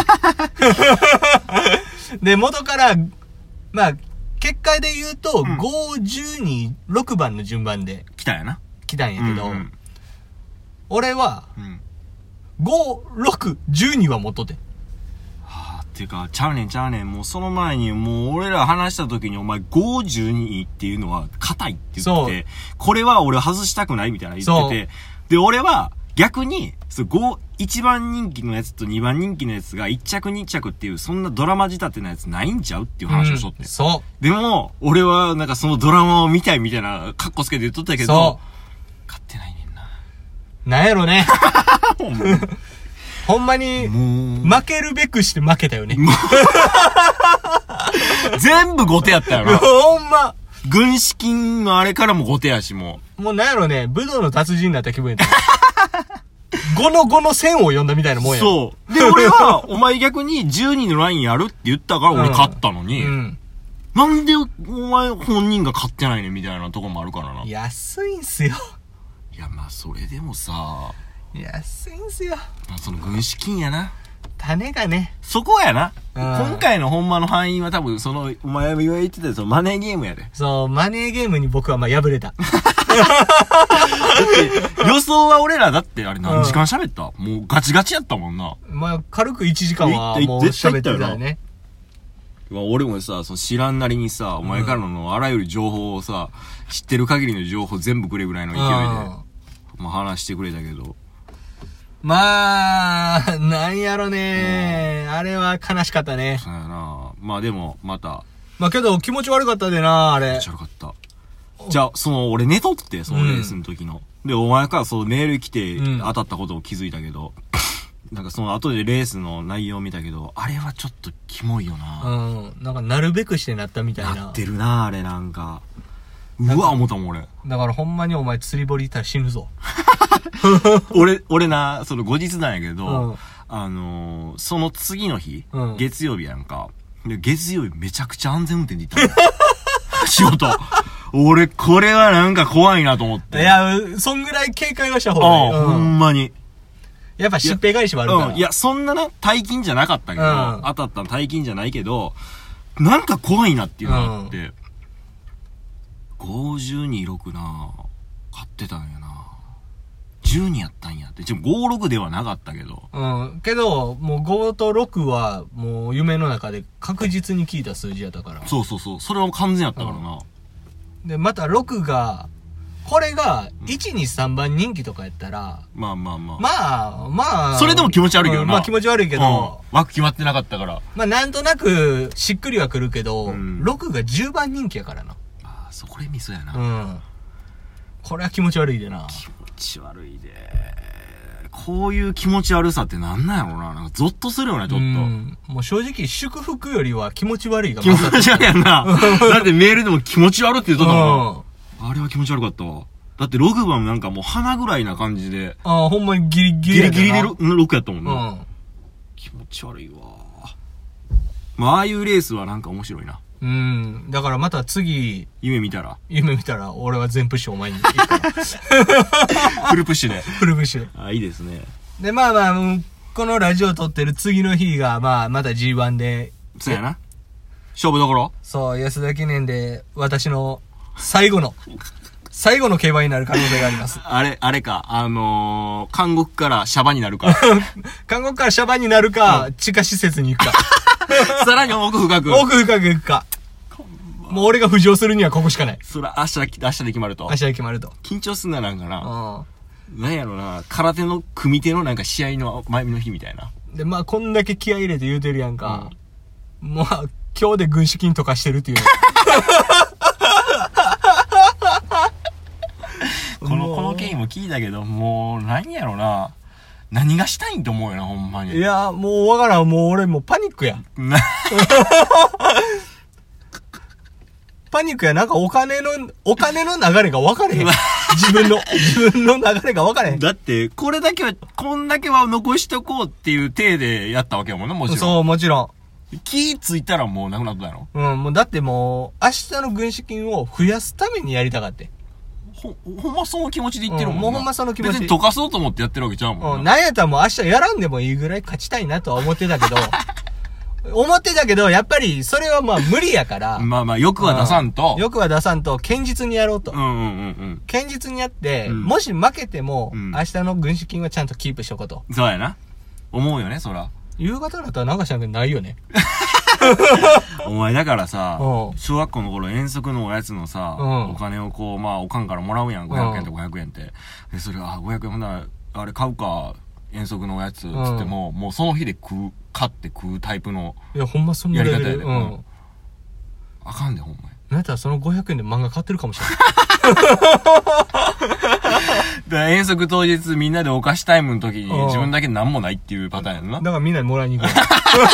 で、元から、まあ結果で言うと、5、12、6番の順番で来たんやけど、俺は、5、6、12は持っとって。 っていうか、ちゃうねん。もうその前に、もう俺ら話した時にお前512っていうのは硬いって言って、これは俺外したくないみたいな言ってて、で、俺は逆に、1番人気のやつと2番人気のやつが1着2着っていう、そんなドラマ仕立てのやつないんちゃうっていう話をしとって。でも、俺はなんかそのドラマを見たいみたいなカッコつけて言っとったけど、買ってないねんな。 なんやろね。ほんまに、負けるべくして負けたよね。 全部後手やったよな。 ほんま。 軍資金のあれからも後手やし、もうなんやろね、武道の達人になった気分やった。5の5の線を読んだみたいなもんや。 そう。で、俺は、お前逆に12のラインやるって言ったから俺勝ったのに、なんでお前本人が買ってないねみたいなとこもあるからな。 安いんすよ。 いや、まあそれでもさ、 安いんすよ。 その軍資金やな。 種がね。 そこやな。今回のほんまの範囲は多分お前が言ってたマネーゲームやで。 そう、マネーゲームに僕は敗れた。だって予想は俺らだってあれ何時間喋った、もうガチガチやったもんな。 まあ軽く1時間はもう喋ってたよね。 俺もさ、知らんなりにさ、お前からのあらゆる情報をさ、知ってる限りの情報全部くれぐらいの勢いで、まあ話してくれたけど。 まあ、なんやろね、あれは悲しかったね。 そうやな。まあでも、また。 まあけど、気持ち悪かったでな、あれ。 気持ち悪かった。じゃあ、俺寝とって、そのレースの時の。で、お前からメール来て、当たったことを気づいたけど、なんか後でレースの内容を見たけど、あれはちょっとキモいよな。 なんかなるべくしてなったみたいな。 なってるな、あれなんか。うわ、思ったもん俺。 だからほんまにお前釣り堀行ったら死ぬぞ。 俺な、後日なんやけど、その次の日、月曜日やんか。で、月曜日めちゃくちゃ安全運転で行ったの。仕事。俺、これはなんか怖いなと思って。 いや、そんぐらい警戒はした方がいい。 ほんまに。 やっぱ疾病返しはあるから。 いや、そんなな、大金じゃなかったけど、当たったの大金じゃないけど、 なんか怖いなっていうのがあって、52.6な買ってたんやな。12やったんやって。56ではなかったけど。 けど、もう5と6は、もう夢の中で確実に聞いた数字やったから。 そう。それは完全やったからな。 で、また6が、これが、1、2、3番人気とかやったら、 まあ。 それでも気持ち悪いけどな。 まあ気持ち悪いけど、 枠決まってなかったから。 まあなんとなく、しっくりはくるけど、6が10番人気やからな。 これミソやな。 これは気持ち悪いでな。 気持ち悪いで。こういう気持ち悪さってなんなんやろうな。なんかゾッとするよね、ちょっと。 もう正直、祝福よりは気持ち悪いが気持ち悪いやんな。だってメールでも気持ち悪って言っとったもん。あれは気持ち悪かったわ。だって6番なんかもう鼻ぐらいな感じで。 ほんまにギリギリやったな。 ギリギリで6やったもんな。気持ち悪いわ。まあ、ああいうレースはなんか面白いな。 だからまた次、 夢見たら、 俺は全プッシュお前に行くから。 フルプッシュで。 フルプッシュ。 いいですね。 で、まあ、このラジオを撮ってる次の日が、また G1 で。 そうやな。勝負どころ？ そう、安田記念で、私の最後の競馬になる可能性があります。 あれか、監獄からシャバになるか。 監獄からシャバになるか、地下施設に行くか。 さらに奥深く行くか。もう俺が浮上するにはここしかない。 そら、明日で決まると。緊張すんな、なんかな。なんやろな、空手の組手のなんか試合の前の日みたいな。 で、まあ、こんだけ気合い入れて言うてるやんか。もう、今日で軍資金とかしてるっていう。 この件も聞いたけど、もう、何やろな。何がしたいんと思うよな、ほんまに。 いや、もうわからん。もう俺もうパニックや。パニックや。なんかお金の流れが分かれへん。自分の流れが分かれへん。 だって、こんだけは残しとこうっていう体でやったわけやもんな、もちろん。 そう、もちろん。気ついたらもうなくなったやろ。 もうだってもう、明日の軍資金を増やすためにやりたかって。 ほんまその気持ちで言ってるもんな。 もうほんまその気持ち。 別に溶かそうと思ってやってるわけちゃうもんな。なんやったらもう明日やらんでもいいぐらい勝ちたいなとは思ってたけど、やっぱりそれはまあ無理やから。 まあ、欲は出さんと。 堅実にやろうと。堅実にやって、もし負けても、明日の軍資金はちゃんとキープしとこうと。 そうやな。思うよね、そら。 夕方だったらなんかしなきゃないよね。 お前だからさ、小学校の頃遠足のおやつのさ、お金をこう、まあおかんからもらうやん、500円と500円って。で、それ、500円ほんなら、あれ買うか、遠足のおやつ、つっても、もうその日で買って食うタイプの。 いや、ほんまそんなやり方やで。あかんで、ほんまに。 なんやったらその500円で漫画買ってるかもしれない。遠足当日みんなでお菓子タイムの時に自分だけ何もないっていうパターンやんな。 だからみんなにもらいに行く。だ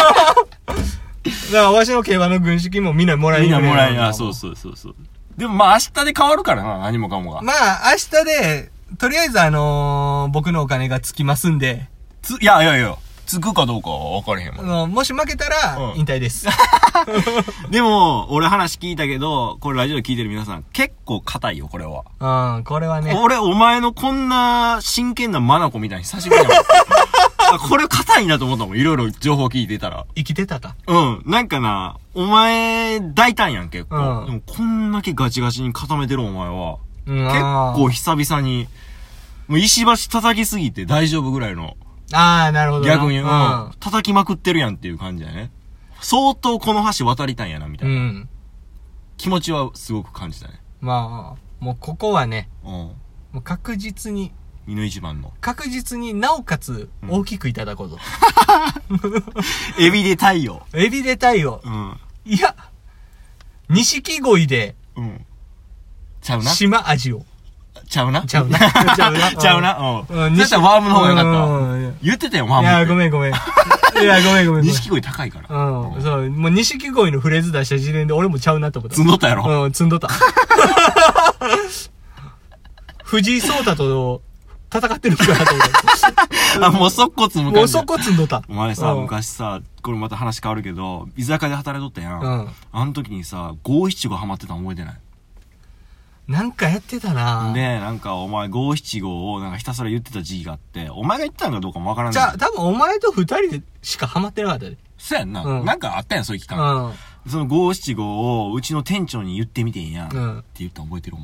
からわしの競馬の軍資金もみんなにもらいに行く。 みんなもらいに、そう。でもまあ明日で変わるからな、何もかもが。 まあ明日で、とりあえず僕のお金がつきますんで。 いや。つくかどうかは分かれへんもん。 もし負けたら、引退です。 でも、俺話聞いたけど、これラジオで聞いてる皆さん、結構硬いよ、これは。 これはね。 俺、お前のこんな真剣なマナコみたいに久しぶりだもん。これ硬いなと思ったもん、いろいろ情報聞いてたら。 生きてたか。 なんかな、お前、大胆やん、結構。でも、こんだけガチガチに固めてるお前は、結構久々に、もう石橋叩きすぎて大丈夫ぐらいの。 なるほど。 逆に、叩きまくってるやんっていう感じだね。相当この橋渡りたんやな、みたいな。気持ちはすごく感じたね。 まあ、もうここはね、もう確実に、 いの一番の。 確実になおかつ大きくいただこうと。 エビで太陽。 いや、錦鯉で、 ちゃうな。 島味を。 ちゃうな。 ちゃうな。 だったらワームの方がよかったわ。言ってたよ、ワーム。 いや、ごめん。 錦鯉高いから。 そう、もう錦鯉のフレーズ出した時点で俺もちゃうなってこと。 積んどったやろ。 積んどった。藤井聡太と戦ってるかなと思って。もう速攻積む感じ。 もう速攻積んどった。 お前さ、昔さ、これまた話変わるけど、居酒屋で働いとったやん。あの時にさ、575ハマってたの覚えてない？ なんかやってたなで、なんかお前575をなんかひたすら言ってた時期があって、お前が言ってたのかどうかもわからんじゃあ、多分お前と2人でしかハマってなかったで。 そうやんな。なんかあったやん、そういう期間。 その575をうちの店長に言ってみてんや。って言ったの覚えてるお前。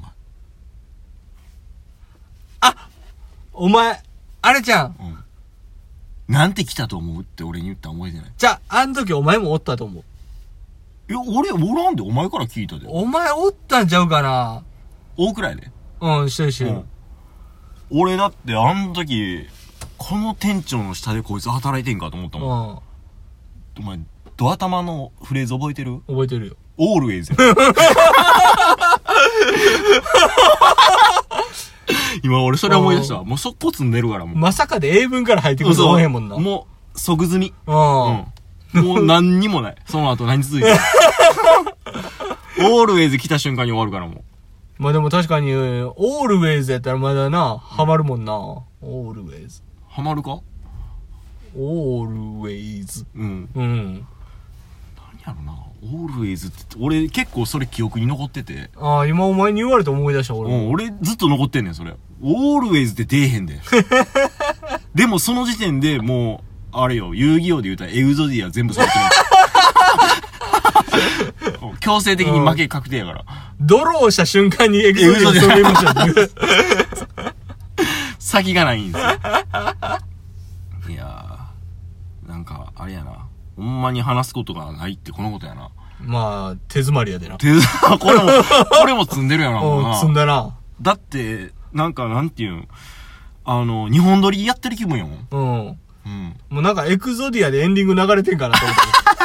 お前、あれじゃん。 なんて来たと思うって俺に言ったの覚えてない。 じゃあ、あの時お前もおったと思う。 いや、俺おらんでお前から聞いたで。 お前おったんちゃうかな。 大くらいで。 してるしてる。 俺だってあの時、この店長の下でこいつ働いてんかと思ったもん。お前、ド頭のフレーズ覚えてる？ 覚えてるよ。 オールウェイズ。今俺それ思い出したわ。もう速攻積んでるからもう。 まさかで英文から入ってくると思えへんもんな。 もう、即積み。もう何にもない。その後何続いてる。オールウェイズ来た瞬間に終わるからもう。 まあでも確かに、オールウェイズやったらまだな、ハマるもんな。オールウェイズ。 ハマるか？ オールウェイズ。何やろな。オールウェイズって、俺結構それ記憶に残ってて。 今お前に言われて思い出した俺。 俺ずっと残ってんねん、それ。オールウェイズって出えへんで。でもその時点でもう、あれよ、遊戯王で言うたらエグゾディア全部揃ってる。強制的に負け確定やから。 ドローした瞬間にエグゾディア揃いましたね。 先がないんですよ。いやー、なんか、あれやな。ほんまに話すことがないってこのことやな。 まあ、手詰まりやでな。 これも積んでるやな。 積んだな。 だって、なんか、なんていうん、日本撮りやってる気分やもん。 もうなんかエクゾディアでエンディング流れてんかなと思って。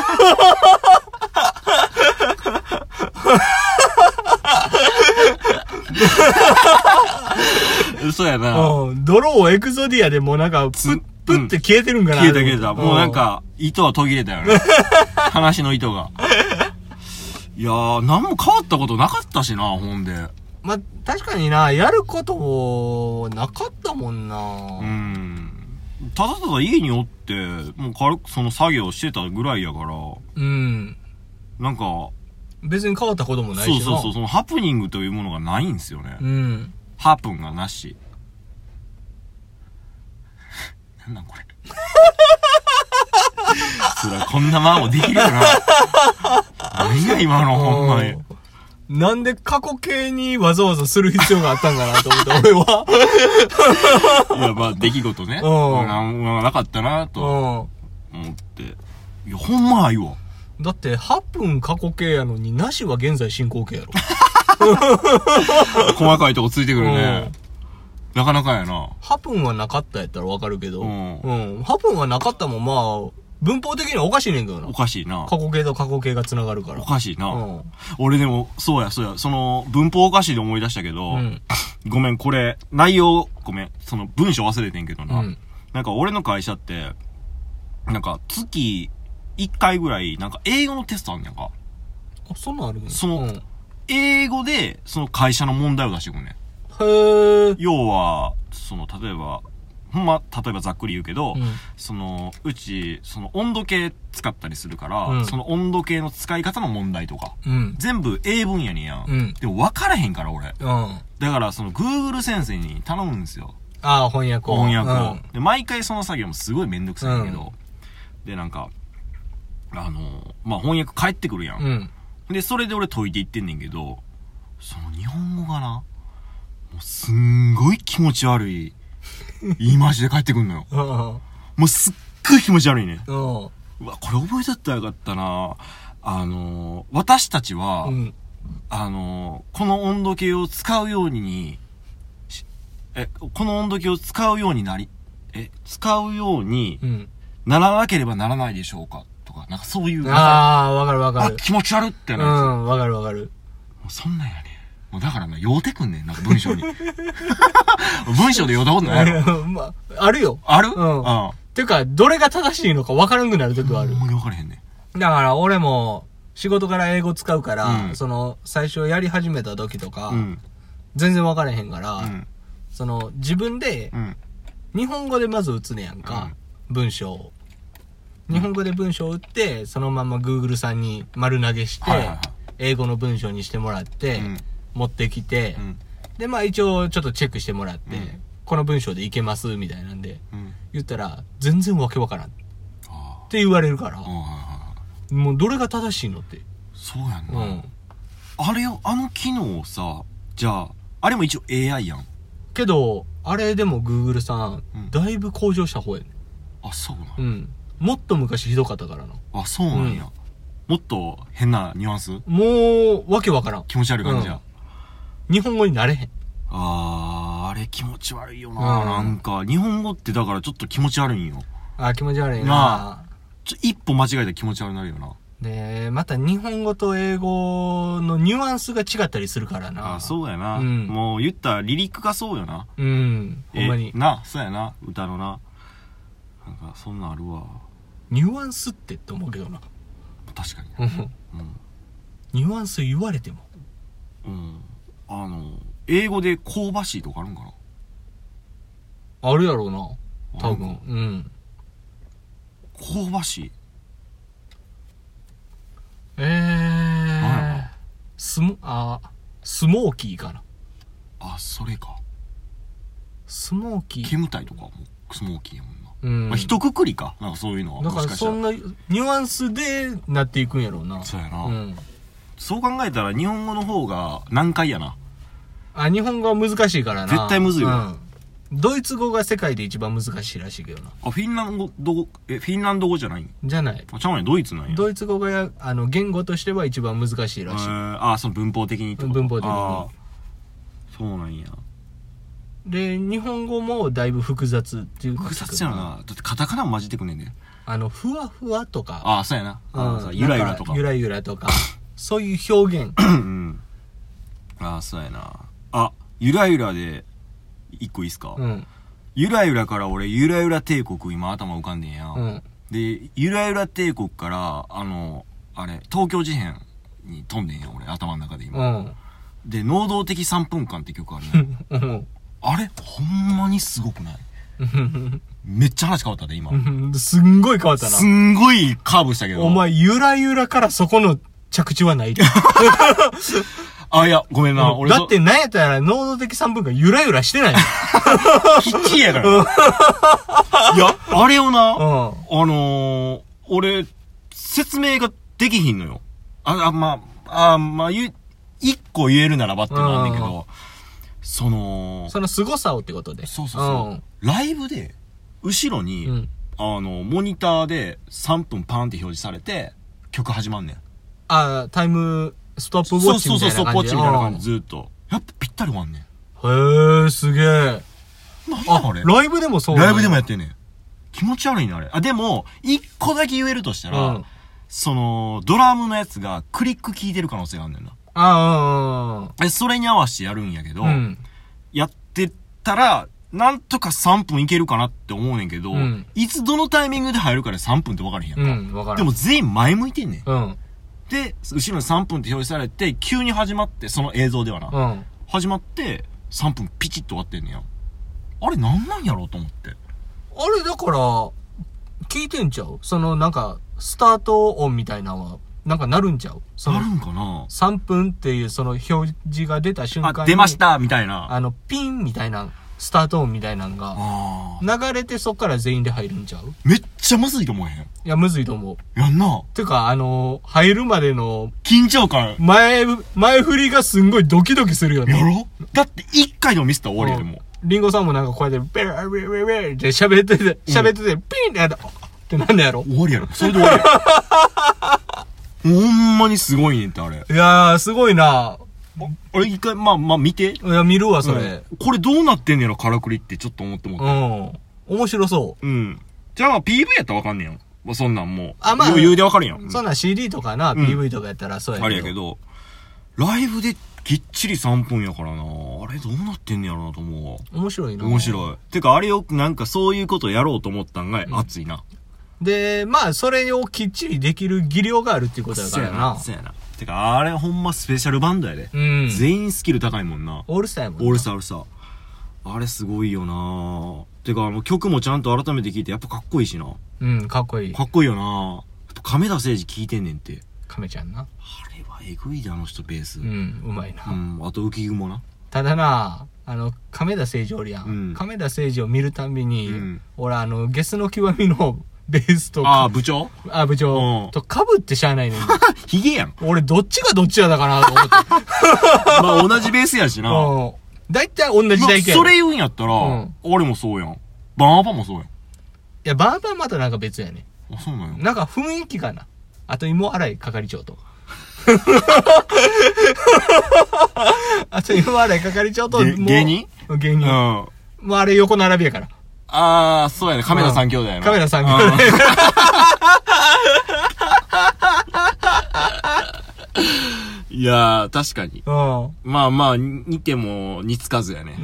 嘘やな。 ドローエクゾディアでもうなんか、プッて消えてるんかな。 消えた。もうなんか、糸は途切れたよね。話の糸が。いやー、何も変わったことなかったしな、ほんで。 まあ、確かにな、やることもなかったもんな。 ただただ家におって、もう軽くその作業してたぐらいやから。なんか、 別に変わったこともないしな。 そう、そのハプニングというものがないんですよね。ハプンがなし。なんなんこれ。こんな間もできるよな。何が今のほんまに。 なんで過去形にわざわざする必要があったんかなと思って、俺は。 いや、まあ、出来事ね。なかったなと思って。いや、ほんまないわ。 だって、8分過去形やのになしは現在進行形やろ。 細かいとこついてくるね。なかなかやな。 8分はなかったやったらわかるけど、8分はなかったもん、まあ、文法的にはおかしいねんけどな。 おかしいな。 過去形と過去形が繋がるから。 おかしいな。俺でも、そうや、その、文法おかしいで思い出したけど、ごめん、これ、内容、ごめん、その文章忘れてんけどな。なんか俺の会社って、なんか月1回ぐらい、なんか英語のテストあんねんか。 そんなんあるね。 その、英語で、その会社の問題を出してくんねん。要は、その、例えばざっくり言うけど、その、うち、その温度計使ったりするから、その温度計の使い方の問題とか、全部英文やねんやん。でも分からへんから、俺。だから、その、Google 先生に頼むんですよ。 翻訳を。 で、毎回その作業もすごいめんどくさいんだけど、で、なんか、まあ、翻訳返ってくるやん。で、それで俺解いていってんねんけど、その日本語がな、もうすんごい気持ち悪い言い回しで返ってくんのよ。もうすっごい気持ち悪いね。うわ、これ覚えとったらよかったな。私たちは、この温度計を使うように、この温度計を使うようにならなければならないでしょうかとか、なんかそういう。 わかるわかる。 気持ち悪ってな。 わかるわかる。 もうそんなんやね。もうだからな、酔うてくんねん、なんか文章に。文章で酔うたことないやろ。 まあ、あるよ。 ある？ てか、どれが正しいのか分からんくなるときはある。 ほんまに分からへんねん。だから、俺も、仕事から英語使うから、その、最初やり始めた時とか、全然分からへんから、その、自分で、日本語でまず打つねやんか、文章を。日本語で文章を打って、そのまま Google さんに丸投げして、英語の文章にしてもらって、持ってきて、で、まあ一応ちょっとチェックしてもらって、この文章でいけますみたいなんで、言ったら、全然わけわからん。って言われるから、もうどれが正しいのって。 そうやんな。あれよ、あの機能さ、じゃあ、あれも一応 AI やん。 けど、あれでも Google さん、だいぶ向上した方やね。 あ、そうなん。 もっと昔ひどかったからな。 あ、そうなんや。もっと変なニュアンス？ もう、わけわからん。 気持ち悪い感じや。 日本語になれへん。 あれ気持ち悪いよな、なんか、日本語ってだからちょっと気持ち悪いんよ。 気持ち悪いな。 一歩間違えたら気持ち悪くなるよな。 で、また日本語と英語のニュアンスが違ったりするからな。 そうやな。もう言ったらリリックがそうよな。 ほんまに。 そうやな、歌のな。なんか、そんなんあるわ。 ニュアンスって思うけどな。 確かに。 ニュアンス言われても。 英語で香ばしいとかあるんかな？ あるやろうな。多分。 香ばしい。 スモーキーかな。 それか。 スモーキー。 煙たいとかもスモーキーやもんな。一括りか。なんかそういうのは。 だからそんなニュアンスでなっていくんやろうな。 そうやな。そう考えたら日本語の方が難解やな。 日本語は難しいからな。 絶対むずいよ。 ドイツ語が世界で一番難しいらしいけどな。 フィンランド語じゃないん？ じゃない。 ちゃうねん、ドイツなんや。 ドイツ語が、言語としては一番難しいらしい。 その文法的にってこと？ 文法的に。 そうなんや。 で、日本語もだいぶ複雑っていうか。 複雑やな。だってカタカナも混じってくんねんね。 ふわふわとか。 そうやな。ゆらゆらとか。 ゆらゆらとか。そういう表現。 そうやな。ゆらゆらで、一個いいっすか？ゆらゆらから俺、ゆらゆら帝国今頭浮かんでんや。で、ゆらゆら帝国から、東京事変に飛んでんや、俺、頭の中で今。で、能動的3分間って曲あるね。あれほんまにすごくない？めっちゃ話変わったで、今。 すんごい変わったな。 すんごいカーブしたけど。 お前、ゆらゆらからそこの着地はないで。 いや、ごめんな。 だってなんやったら、能動的3分間ゆらゆらしてない。 きっちりやから。いや、あれをな、俺、説明ができひんのよ。一個言えるならばってのあんねんけど、その凄さをってことで。 そう。ライブで、後ろに、モニターで3分パーンって表示されて、曲始まんねん。 タイム、ストップウォッチみたいな感じ。 ストップウォッチみたいな感じ、ずっと。やっぱぴったり終わんねん。 へすげえ。 あれライブでもそうライブでもやってんねん。気持ち悪いね、あれ。でも、一個だけ言えるとしたら、ドラムのやつがクリック効いてる可能性があんねんな。それに合わせてやるんやけど、やってたら、なんとか3分いけるかなって思うねんけど、いつどのタイミングで入るかで3分って分からへんやんか。でも全員前向いてんねん。で、後ろに3分って表示されて、急に始まって、その映像ではな。始まって、3分ピチッと終わってんねや。あれなんなんやろうと思って。 あれだから、聞いてんちゃう？なんか、スタート音みたいなのは、なんかなるんちゃう？ なるんかな？ 3 分っていうその表示が出た瞬間に。 出ましたみたいな。 ピンみたいな、スタート音みたいなのが、流れてそっから全員で入るんちゃう？ めっちゃむずいと思えへん？いや、むずいと思う。 やんな。 てか、入るまでの、 緊張感。 前振りがすんごいドキドキするよね。 やろ？だって1回でもミスったら終わりやでも。 リンゴさんもなんかこうやって、ベラベラベラベラって喋ってて、ピンってやった。ってなんだやろ？ 終わりやろ。それで終わりやろ。ほんまにすごいねんってあれ。 いやー、すごいな。 あれ一回、見て。 いや、見るわ、それ。 これどうなってんねやろ、からくりってちょっと思って。 面白そう。 じゃあPV やったらわかんねやん。そんなんもう。余裕でわかるやん。 そんなん CD とかな、PV とかやったらそうやけど。 あれやけど、ライブできっちり3分やからな。あれどうなってんねやろなと思うわ。 面白いな。 面白い。てかあれをなんかそういうことやろうと思ったんが熱いな。 で、それをきっちりできる技量があるっていうことだからな。 そうやな。てか、あれほんまスペシャルバンドやで。全員スキル高いもんな。 オールスターやもんな。 オールスター。あれすごいよな。てか、曲もちゃんと改めて聴いてやっぱかっこいいしな。 かっこいい。 かっこいいよな。亀田誠治聴いてんねんって。 亀ちゃんな。 あれはえぐいで、あの人ベース。 うまいな。 あと浮雲な。 ただな、亀田誠治おるやん。亀田誠治を見るたんびに、俺ゲスの極みのベースとああ、部長部長と被ってしゃあないねん。 ヒゲやん。 俺どっちがどっちやだかなと思って。 まあ同じベースやしな。 だいたい同じ台形。 それ言うんやったら、俺もそうやん。バンアパもそうやん。いや、バンアパまたなんか別やね。 あ、そうなんや。 なんか雰囲気かな。あと、芋洗い係長と。あと、芋洗い係長と、 芸人芸人。もうあれ横並びやから。 ああ、そうやね。カメラ3兄弟やな。 カメラ3兄弟。 いやー、確かに。まあまあ、似ても似つかずやね。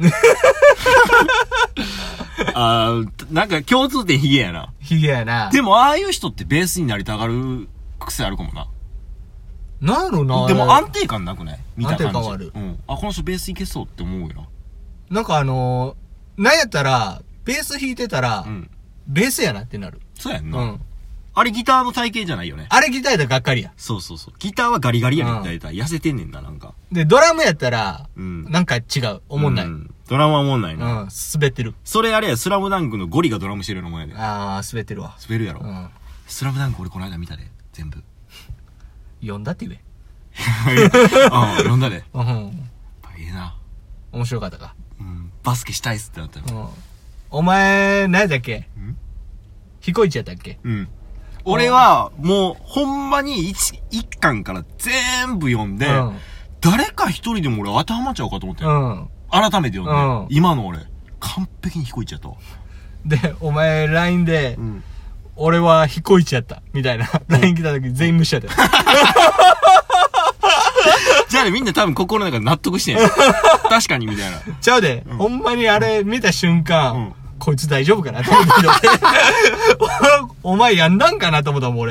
なんか共通点ヒゲやな。 ヒゲやな。 でも、ああいう人ってベースになりたがる癖あるかもな。 なんやろな。 でも安定感なくない見た感じ。 安定感ある。 あ、この人ベースいけそうって思うよな。 な。 なんかなんやったら、ベース弾いてたら、ベースやなってなる。 そうやんな。あれギターの体型じゃないよね。 あれギターやったらがっかりや。 そうそうそう。ギターはガリガリやねん、大体。痩せてんねんな、なんか。 で、ドラムやったら、なんか違う。おもんない。 ドラムはおもんないな。 滑ってる。 それあれや、スラムダンクのゴリがドラムしてるのもんやで。 ああ、滑ってるわ。 滑るやろ。スラムダンク俺この間見たで、全部。 読んだって言え。 読んだで。ええな。 面白かったか。 バスケしたいっすってなったよ。 お前、何やったっけ彦一やったっけ俺は、もう、ほんまに一巻から全部読んで、誰か一人でも俺当てはまっちゃうかと思って改めて読んで、今の俺、完璧に彦一やったわ。 で、お前、LINE で、俺は彦一やった、みたいな、LINE 来た時全員無視やった。 じゃあね、みんな多分心の中で納得してん確かに、みたいな。 ちゃうで、ほんまにあれ見た瞬間、こいつ大丈夫かなと思ったけど、お前やんだんかなと思ったもん、俺。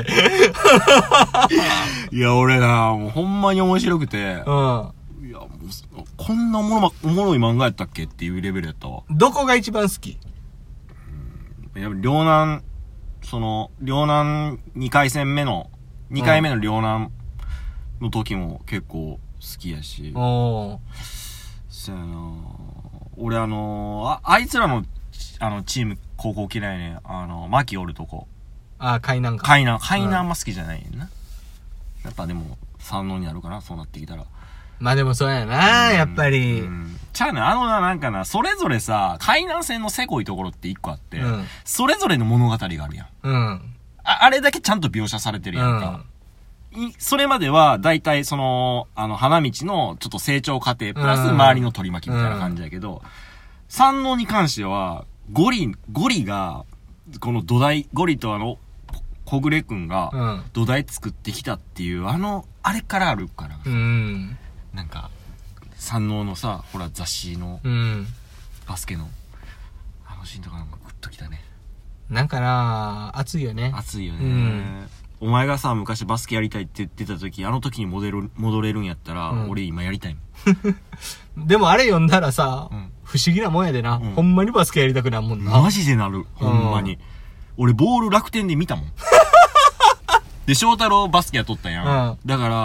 いや、俺な、もうほんまに面白くて、いや、もう、こんなおもろい漫画やったっけっていうレベルやったわ。 どこが一番好き？ やっぱ両南、両南2回戦目の、2回目の両南の時も結構好きやし。そうやな俺あいつらの、チーム、高校嫌いね。牧おるとこ。 海南か。 海南あんま好きじゃないねんな。やっぱでも、三能になるかな、そうなってきたら。 まあでもそうやな、やっぱり。 ちゃうね、なんかな、それぞれさ、海南線のせこいところって一個あって、それぞれの物語があるやん。あれだけちゃんと描写されてるやんか。それまでは、だいたい花道のちょっと成長過程、プラス周りの取り巻きみたいな感じやけど、三能に関しては、ゴリが、この土台、ゴリと小暮くんが、土台作ってきたっていう、あれからあるから。なんか、三能のさ、ほら雑誌の、バスケの、シーンとかなんかグッときたね。 なんかな熱いよね。 熱いよね。お前がさ、昔バスケやりたいって言ってた時、あの時に戻れるんやったら、俺今やりたいもん。でもあれ読んだらさ、不思議なもんやでな。ほんまにバスケやりたくなるもんな。 マジでなる。ほんまに。俺ボール楽天で見たもん。で、翔太郎バスケやっとったやん。だから、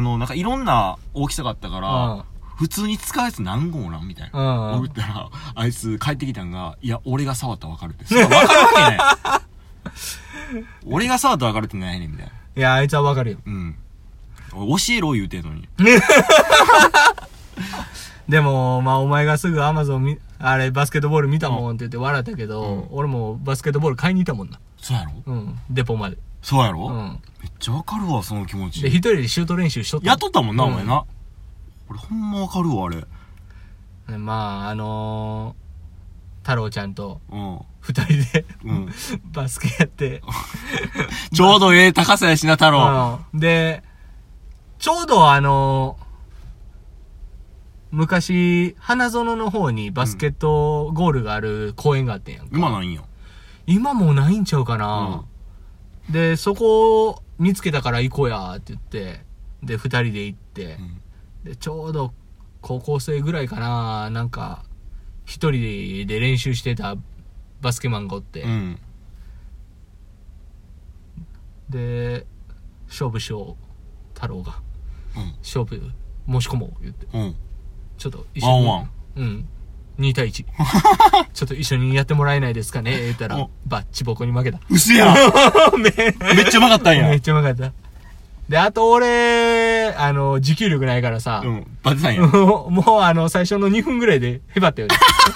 なんかいろんな大きさがあったから、普通に使うやつ何号なんみたいな。思ったら、あいつ帰ってきたんが、いや、俺が触ったらわかるって。それわかるわけない。俺が触ったらわかるってないねんみたいな。 いや、あいつはわかるよ。 教えろ言うてんのに。 でも、まあ、お前がすぐアマゾンバスケットボール見たもんって言って笑ったけど、俺もバスケットボール買いに行ったもんな。 そうやろデポまで。 そうやろめっちゃわかるわ、その気持ち。 で、一人でシュート練習しとった。 やっとったもんな、お前な。俺ほんまわかるわ、あれ。 まあ、太郎ちゃんと、二人で、バスケやって。 ちょうど高さやしな、太郎。 で、ちょうど昔、花園の方にバスケットゴールがある公園があってんやんか。 今ないんや。 今もうないんちゃうかな。で、そこを見つけたから行こうやって言って、で、二人で行って、で、ちょうど高校生ぐらいかな、なんか、一人で練習してたバスケマンがおって、で、勝負しよう、太郎が。勝負、申し込もう、言って。ちょっと一緒に。ワンワン。 2対1。ちょっと一緒にやってもらえないですかね言ったら、バッチボコに負けた。 嘘やんめっちゃうまかったんや。 めっちゃうまかった。で、あと俺、持久力ないからさ。 バテたんや。 もう最初の2分ぐらいでへばったよね。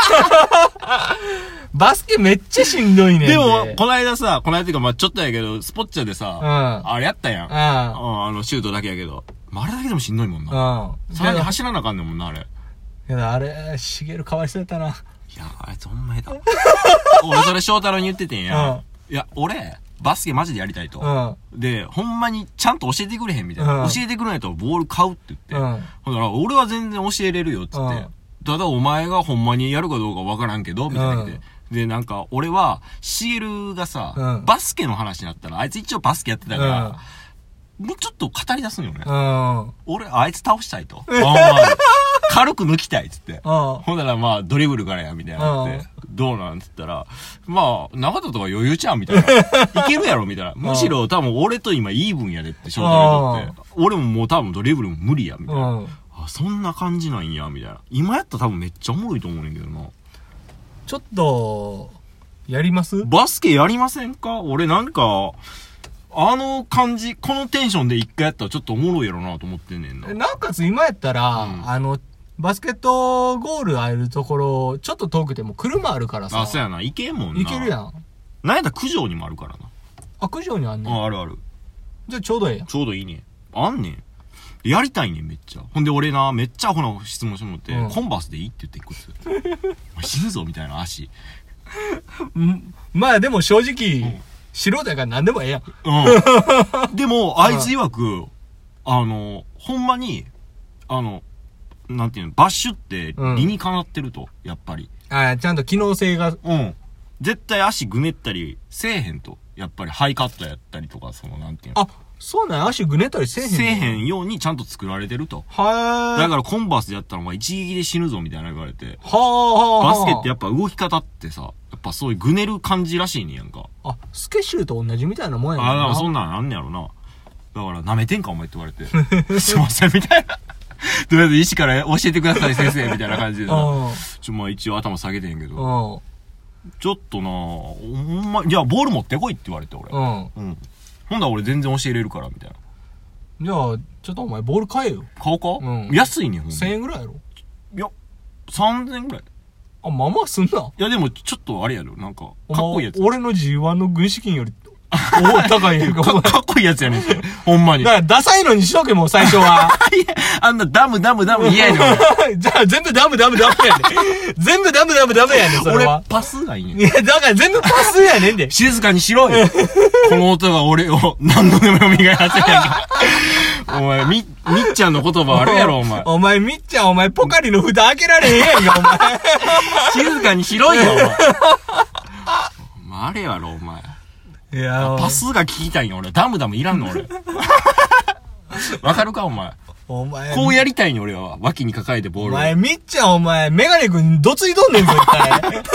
バスケめっちゃしんどいねん。 でも、この間っていうか、まあちょっとやけど、スポッチャでさ、あれやったやん。シュートだけやけど。あれだけでもしんどいもんな。さらに走らなあかんねんもんな、あれ。 いや、あれ、しげるかわいそうやったな。いや、あいつほんま下手。俺それ翔太郎に言っててんや。いや、俺、バスケマジでやりたいと。で、ほんまにちゃんと教えてくれへんみたいな。教えてくれないとボール買うって言って。だから、俺は全然教えれるよって言って。ただお前がほんまにやるかどうかわからんけど、みたいな言って。で、なんか、俺は、シゲルがさ、バスケの話になったら、あいつ一応バスケやってたから、もうちょっと語り出すんよね。俺、あいつ倒したいと。軽く抜きたいっつって。ほんならまあ、ドリブルからや、みたいなって。どうなんつったら、まあ、中田とか余裕ちゃんみたいな。いけるやろみたいな。むしろ多分俺と今イーブンやでって翔太郎にとって。俺ももう多分ドリブルも無理や、みたいな。あ、そんな感じなんや、みたいな。今やったら多分めっちゃおもろいと思うねんけどな。 ちょっと、やります？ バスケやりませんか？俺なんか、あの感じ、このテンションで一回やったらちょっとおもろいやろなと思ってんねんな。 なおかつ今やったら、バスケットゴールあるところ、ちょっと遠くても車あるからさ。 あ、そうやな。行けんもんな。 行けるやん。 なんやったら九条にもあるからな。 あ、九条にあんねん。 あるある。 じゃあちょうどええやん。 ちょうどいいねん。あんねん。やりたいねん、めっちゃ。ほんで俺な、めっちゃアホな質問してもって、コンバースでいいって言って一個つ。死ぬぞ、みたいな足。 まあでも正直、素人やから何でもええやん。でも、あいつ曰く、ほんまに、なんていうの、バッシュって理にかなってると、やっぱり。 ちゃんと機能性が。 絶対足ぐねったりせえへんと。やっぱりハイカットやったりとか、なんていうの。 そうなん、足ぐねったりせえへん。 せえへんようにちゃんと作られてると。だからコンバースでやったらお前一撃で死ぬぞみたいな言われて。バスケってやっぱ動き方ってさ、やっぱそういうぐねる感じらしいねやんか。 スケシューと同じみたいなもんやな。 だからそんなんあんねやろな。だから舐めてんかお前って言われて。すいませんみたいな。とりあえず医師から教えてください先生みたいな感じでさ。まあ一応頭下げてんけど。ちょっとなほんま、じゃあボール持ってこいって言われて俺。ほんだら俺全然教えれるからみたいな。 じゃあ、ちょっとお前ボール買えよ。 買おうか？安いねん、ほんま。 1000円ぐらいやろ？ いや、3000円ぐらい。 まあまあすんな。 いやでもちょっとあれやろ、なんか、かっこいいやつ。 俺の G1 の軍資金より、高いやんか。 かっこいいやつやねん。ほんまに。 だからダサいのにしとけも最初は。 いや、あんなダム嫌やねん。 じゃあ全部ダムやねん。全部ダムやねん、それは。 俺パスがいいねん。 いや、だから全部パスやねんで。 静かにしろよ。この音が俺を何度でも蘇らせやんか。お前、みっちゃんの言葉あるやろ、お前。 お前、みっちゃん、お前、ポカリの蓋開けられへんやんか、お前。 静かにしろよ、お前。お前、あれやろ、お前。 いやパスが聞きたいんよ、俺。ダムいらんの、俺。わかるか、お前。 お前。 こうやりたいんよ、俺は。脇に抱えてボールを。 お前、みっちゃん、お前、メガネ君、どついとんねんぞ、絶対。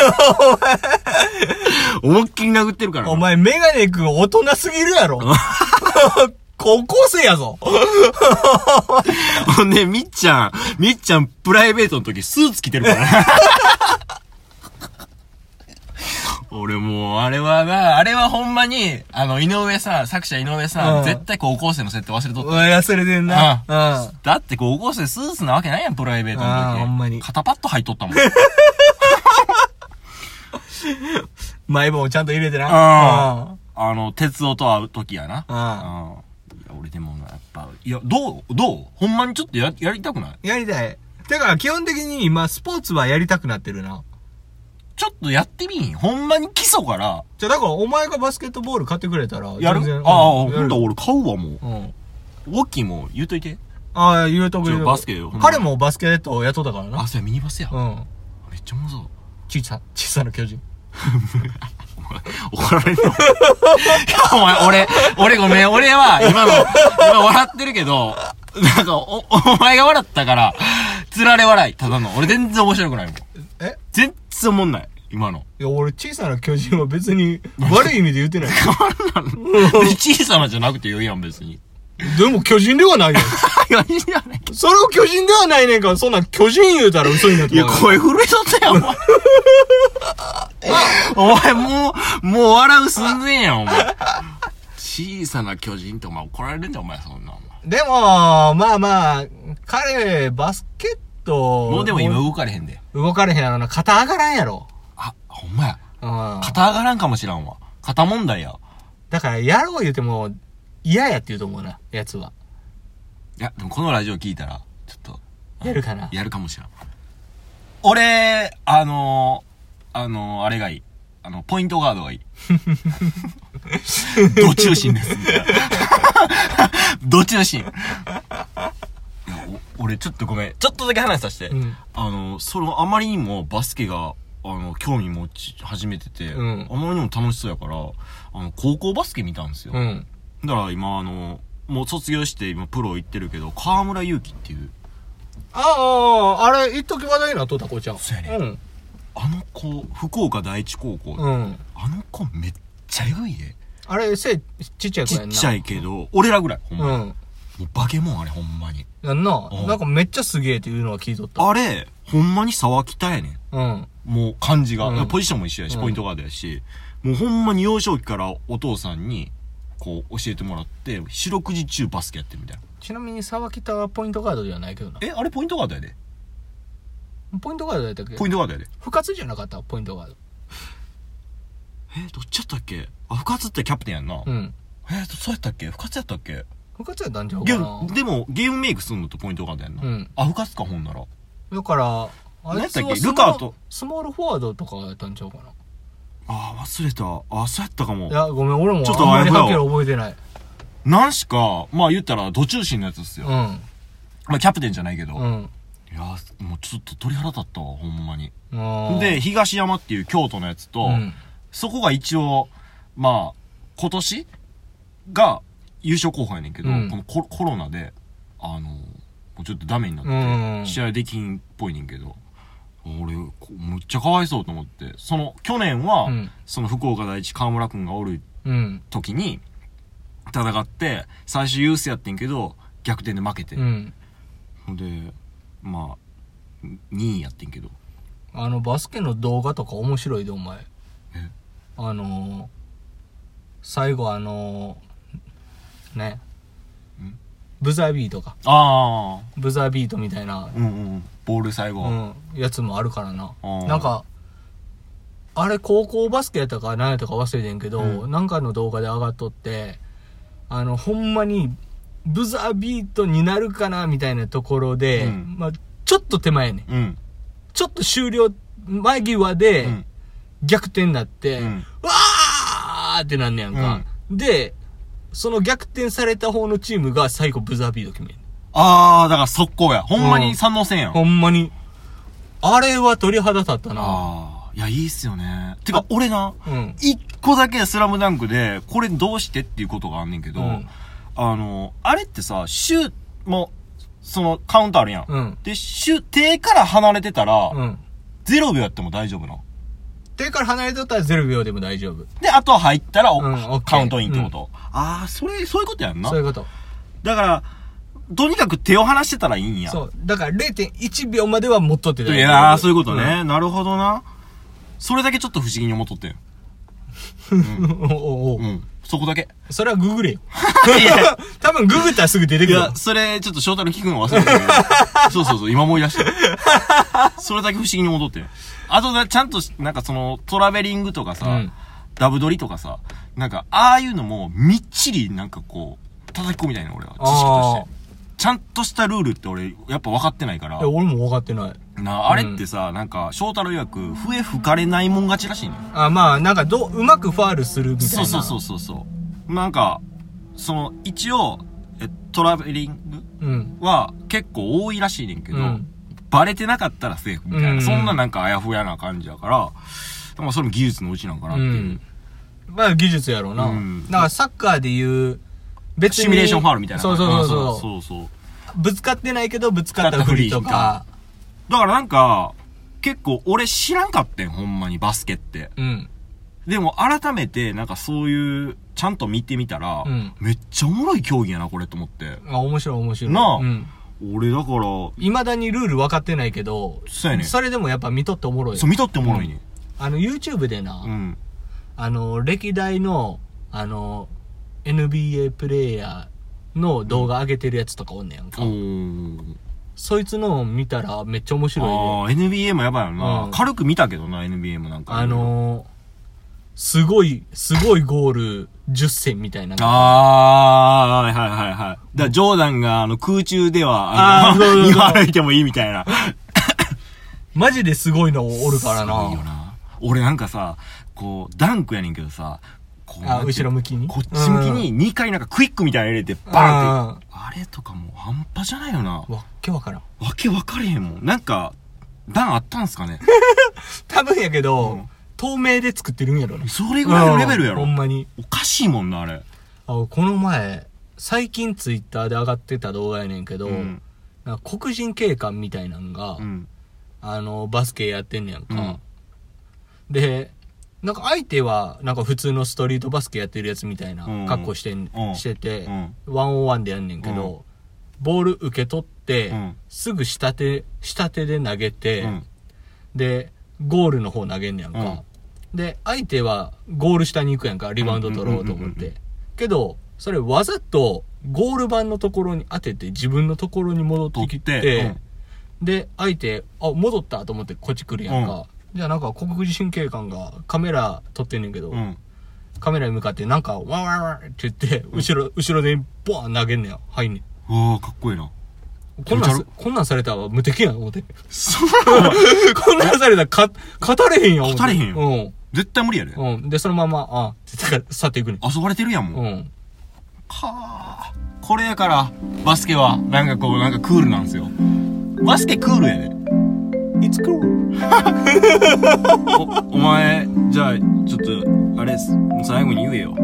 思いっきり殴ってるからな。 お前、メガネ君、大人すぎるやろ。高校生やぞ。 ほんで、みっちゃん、プライベートの時、スーツ着てるからな。俺もう、あれはほんまに、作者井上さん、絶対高校生の設定忘れとった。 忘れてんな。 だって高校生スーツなわけないやん、プライベートの時。 ほんまに。 肩パッド入っとったもん。 前棒ちゃんと入れてな。 鉄夫と会う時やな。俺でもやっぱ、いや、どうほんまにちょっとやりたくない？ やりたい。てか、基本的に今、スポーツはやりたくなってるな。 ちょっとやってみん。ほんまに基礎から。 じゃあ、だからお前がバスケットボール買ってくれたら、 やる？ほんと俺買うわ、もう。ウォッキーも言うといて。 言うとくよ。 バスケ彼もバスケットを雇ったからな。 そうや、ミニバスや。めっちゃおもろそう。 小さな巨人。 怒られるのお前、俺ごめん、俺は、今笑ってるけど、なんか、お前が笑ったから、つられ笑い、ただの。俺全然面白くないもん。全然思んない、今の。 いや、俺小さな巨人は別に、悪い意味で言ってない。 小さなじゃなくてよいやん、別に。 でも巨人ではないよ。 巨人ではない。 それを巨人ではないねんから、そんなん巨人言うたら嘘になっていや、声震えとったやん、お前。お前、もう笑う寸前やん、お前。小さな巨人ってお前怒られるんじゃん、お前、そんな。 でも、まあまあ、彼、バスケット。 もうでも今動かれへんで。 動かれへんやろな。肩上がらんやろ。 あ、ほんまや。 うん。 肩上がらんかもしらんわ。肩問題や。 だから、やろう言うても、嫌やって言うと思うな、やつは。 いや、でもこのラジオ聞いたら、ちょっと。 やるかな。 やるかもしらん。俺、あれがいい。ポイントガードがいい。ど中心です、みたいな。ど中心。いや、俺ちょっとごめん。ちょっとだけ話させて。うん、あまりにもバスケが、興味持ち始めてて、うん、あまりにも楽しそうやから、高校バスケ見たんですよ。うん、だから今、もう卒業して今プロ行ってるけど、河村勇輝っていう。 あれ、一時話題になっとった子ちゃん。 そうやね。うん。あの子、福岡第一高校。うん。あの子めっちゃエグいで。 あれ、ちっちゃい子やんな。 ちっちゃいけど、俺らぐらい、ほんまに。うん。もうバケモンあれ、ほんまに。 やんな。なんかめっちゃすげえっていうのは聞いとった。 あれ、ほんまに沢北やねん。うん。もう感じが。うん、ポジションも一緒やし、ポイントガードやし、もうほんまに幼少期からお父さんに、こう、教えてもらって、四六時中バスケやってるみたいな。 ちなみに沢北はポイントガードではないけどな。 あれポイントガードやで。 ポイントガードやったっけ？ ポイントガードやで。 不活じゃなかったポイントガード。 どっちやったっけ？不活ってキャプテンやんな。うん。そうやったっけ？不活やったっけ？ 不活やったんちゃうかな。 でも、ゲームメイクするのとポイントガードやんな。うん。不活か、ほんなら。 だから、 あいつはルカーと。 スモールフォワードとかやったんちゃうかな。 忘れた。そうやったかも。 いや、ごめん、俺もちょっとあんまりはっきり覚えてない。 なんしか、まあ言ったら、ど中心のやつですよ。うん。まあキャプテンじゃないけど。うん。いやもうちょっと鳥肌立ったわ、ほんまに。で、東山っていう京都のやつと、うん、そこが一応、まあ、今年が優勝候補やねんけど、うん、このコロナで、もうちょっとダメになって、試合できんっぽいねんけど、俺、むっちゃかわいそうと思って、去年は、うん、その福岡第一河村くんがおる時に、戦って、最初ユースやってんけど、逆転で負けて。うん、で、まあ、2位やってんけど。 バスケの動画とか面白いで、お前。最後ね。ブザービートか。ブザービートみたいな。 うんうん。ボール最後。うん。 やつもあるからな。なんか、あれ高校バスケやったか何やったか忘れてんけど、うん、なんかの動画で上がっとって、ほんまに、ブザービートになるかなみたいなところで、うん、まあちょっと手前ね、うん、ちょっと終了間際で逆転になって、うん、わーってなんねやんか、うん、でその逆転された方のチームが最後ブザービート決める。 だから速攻や。ほんまに三能戦やん。 ほんまにあれは鳥肌立ったな。 いや、いいっすよね。てか俺な、一個だけスラムダンクでこれどうしてっていうことがあんねんけど、あれってさ、もう、カウントあるやん。うん、で、手から離れてたら、0秒やっても大丈夫な。 手から離れてたら0秒でも大丈夫。 で、あと入ったら、カウントインってこと。そういうことやんな。 そういうこと。 だから、とにかく手を離してたらいいんや。 そう。だから 0.1 秒までは持っとってた。 いやそういうことね。なるほどな。それだけちょっと不思議に思っとってん。そこだけ。 それはググれよ。多分ググったらすぐ出てくる。いや、 それ、ちょっと翔太郎聞くの忘れたけど。そう、今思い出した。それだけ不思議に戻ってる。あと、ちゃんと、なんかトラベリングとかさ、ダブドリとかさ、なんか、ああいうのも、みっちり、なんかこう、叩き込みたいな、俺は。知識として。ちゃんとしたルールって俺、やっぱ分かってないから。 俺も分かってない。 あれってさ、なんか、翔太郎曰く、笛吹かれないもん勝ちらしいね。 まあ、なんかうまくファールするみたいな。 そう。なんか、一応、トラベリングは結構多いらしいねんけど、バレてなかったらセーフみたいな。そんななんかあやふやな感じやから、まあそれも技術のうちなんかなっていう。 まあ技術やろうな。だからサッカーでいう、 別に。シミュレーションファウルみたいな。 そう。ぶつかってないけど、ぶつかったフリーとか。 だからなんか、結構俺知らんかってん、ほんまにバスケって。でも改めて、なんかそういうちゃんと見てみたら、めっちゃおもろい競技やな、これと思って。 あ、面白い面白い。 なあ、俺だから、 未だにルール分かってないけど、 そうやね。 それでもやっぱ見とっておもろい。 そう、見とっておもろいね。 YouTube でな、歴代の、NBA プレイヤーの動画上げてるやつとかおんねやんか。そいつの見たらめっちゃ面白いね。NBA もやばいよな。軽く見たけどな、NBA もなんか。 すごいゴール10戦みたいな。 はいはいはいはい。だジョーダンが空中では、2歩歩いてもいいみたいな。 マジですごいのおるからな。 すごいよな。俺なんかさ、こう、ダンクやねんけどさ、こう後ろ向きにこっち向きに2回なんかクイックみたいなの入れてバーンって。あれとかもう半端じゃないよな。 わけわからん。 わけわかれへんもん。なんか、段あったんすかね。 多分やけど、透明で作ってるんやろな。 それぐらいのレベルやろ。 ほんまに。 おかしいもんな、あれ。 この前、最近ツイッターで上がってた動画やねんけど、なんか黒人警官みたいなんが、バスケやってんねやんか。で、なんか相手は、なんか普通のストリートバスケやってるやつみたいな格好してて、1on1 でやんねんけど、ボール受け取って、すぐ下手で投げて、で、ゴールの方投げんねやんか。で、相手はゴール下に行くやんか、リバウンド取ろうと思って。けど、それわざとゴール板のところに当てて自分のところに戻ってきて、で、相手、戻ったと思ってこっち来るやんか。じゃあなんか黒人警官がカメラ撮ってんねんけど、カメラに向かってなんかワンワンワンって言って、後ろでボーン投げんねや。入んねん。 ああ、かっこいいな。 こんなんされたら無敵やん、思って。こんなんされたら勝たれへんやん。 勝たれへんよ。絶対無理やで。 で、そのまま、去っていくねん。 遊ばれてるやん、もう。はぁ。これやから、バスケは、なんかこう、なんかクールなんですよ。バスケクールやで。 It's cool. お前、じゃあ、ちょっと、あれ、最後に言えよ。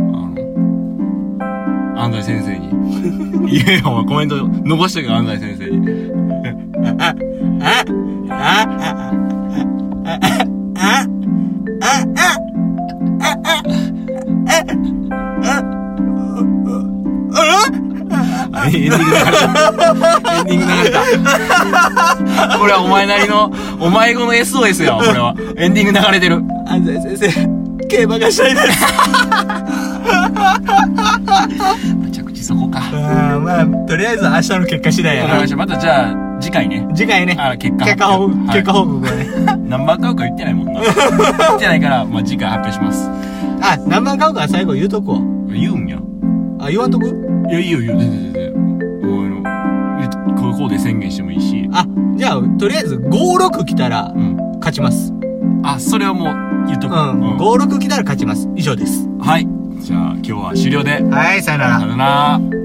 安西先生に。言えよ、お前コメント残してから安西先生に。エンディング流れた。エンディング流れた。これはお前なりの、お前語の SOS やわ、これは。エンディング流れてる。 安西先生、競馬がしたいです。 着地そこか。 まあ、とりあえず明日の結果次第やな。 またじゃあ、次回ね。 次回ね。 結果報告はね。 何番買うか言ってないもんな。言ってないから、まあ次回発表します。 何番買うか最後言うとくわ。 言うんや。 言わんとく？ いや、いいよ、全然。こうで宣言してもいいし。 じゃあ、とりあえず5-6来たら、勝ちます。 それはもう言っとく。 5-6来たら勝ちます。以上です。 はい。じゃあ、今日は終了で。 はい、さよなら。 さよなら。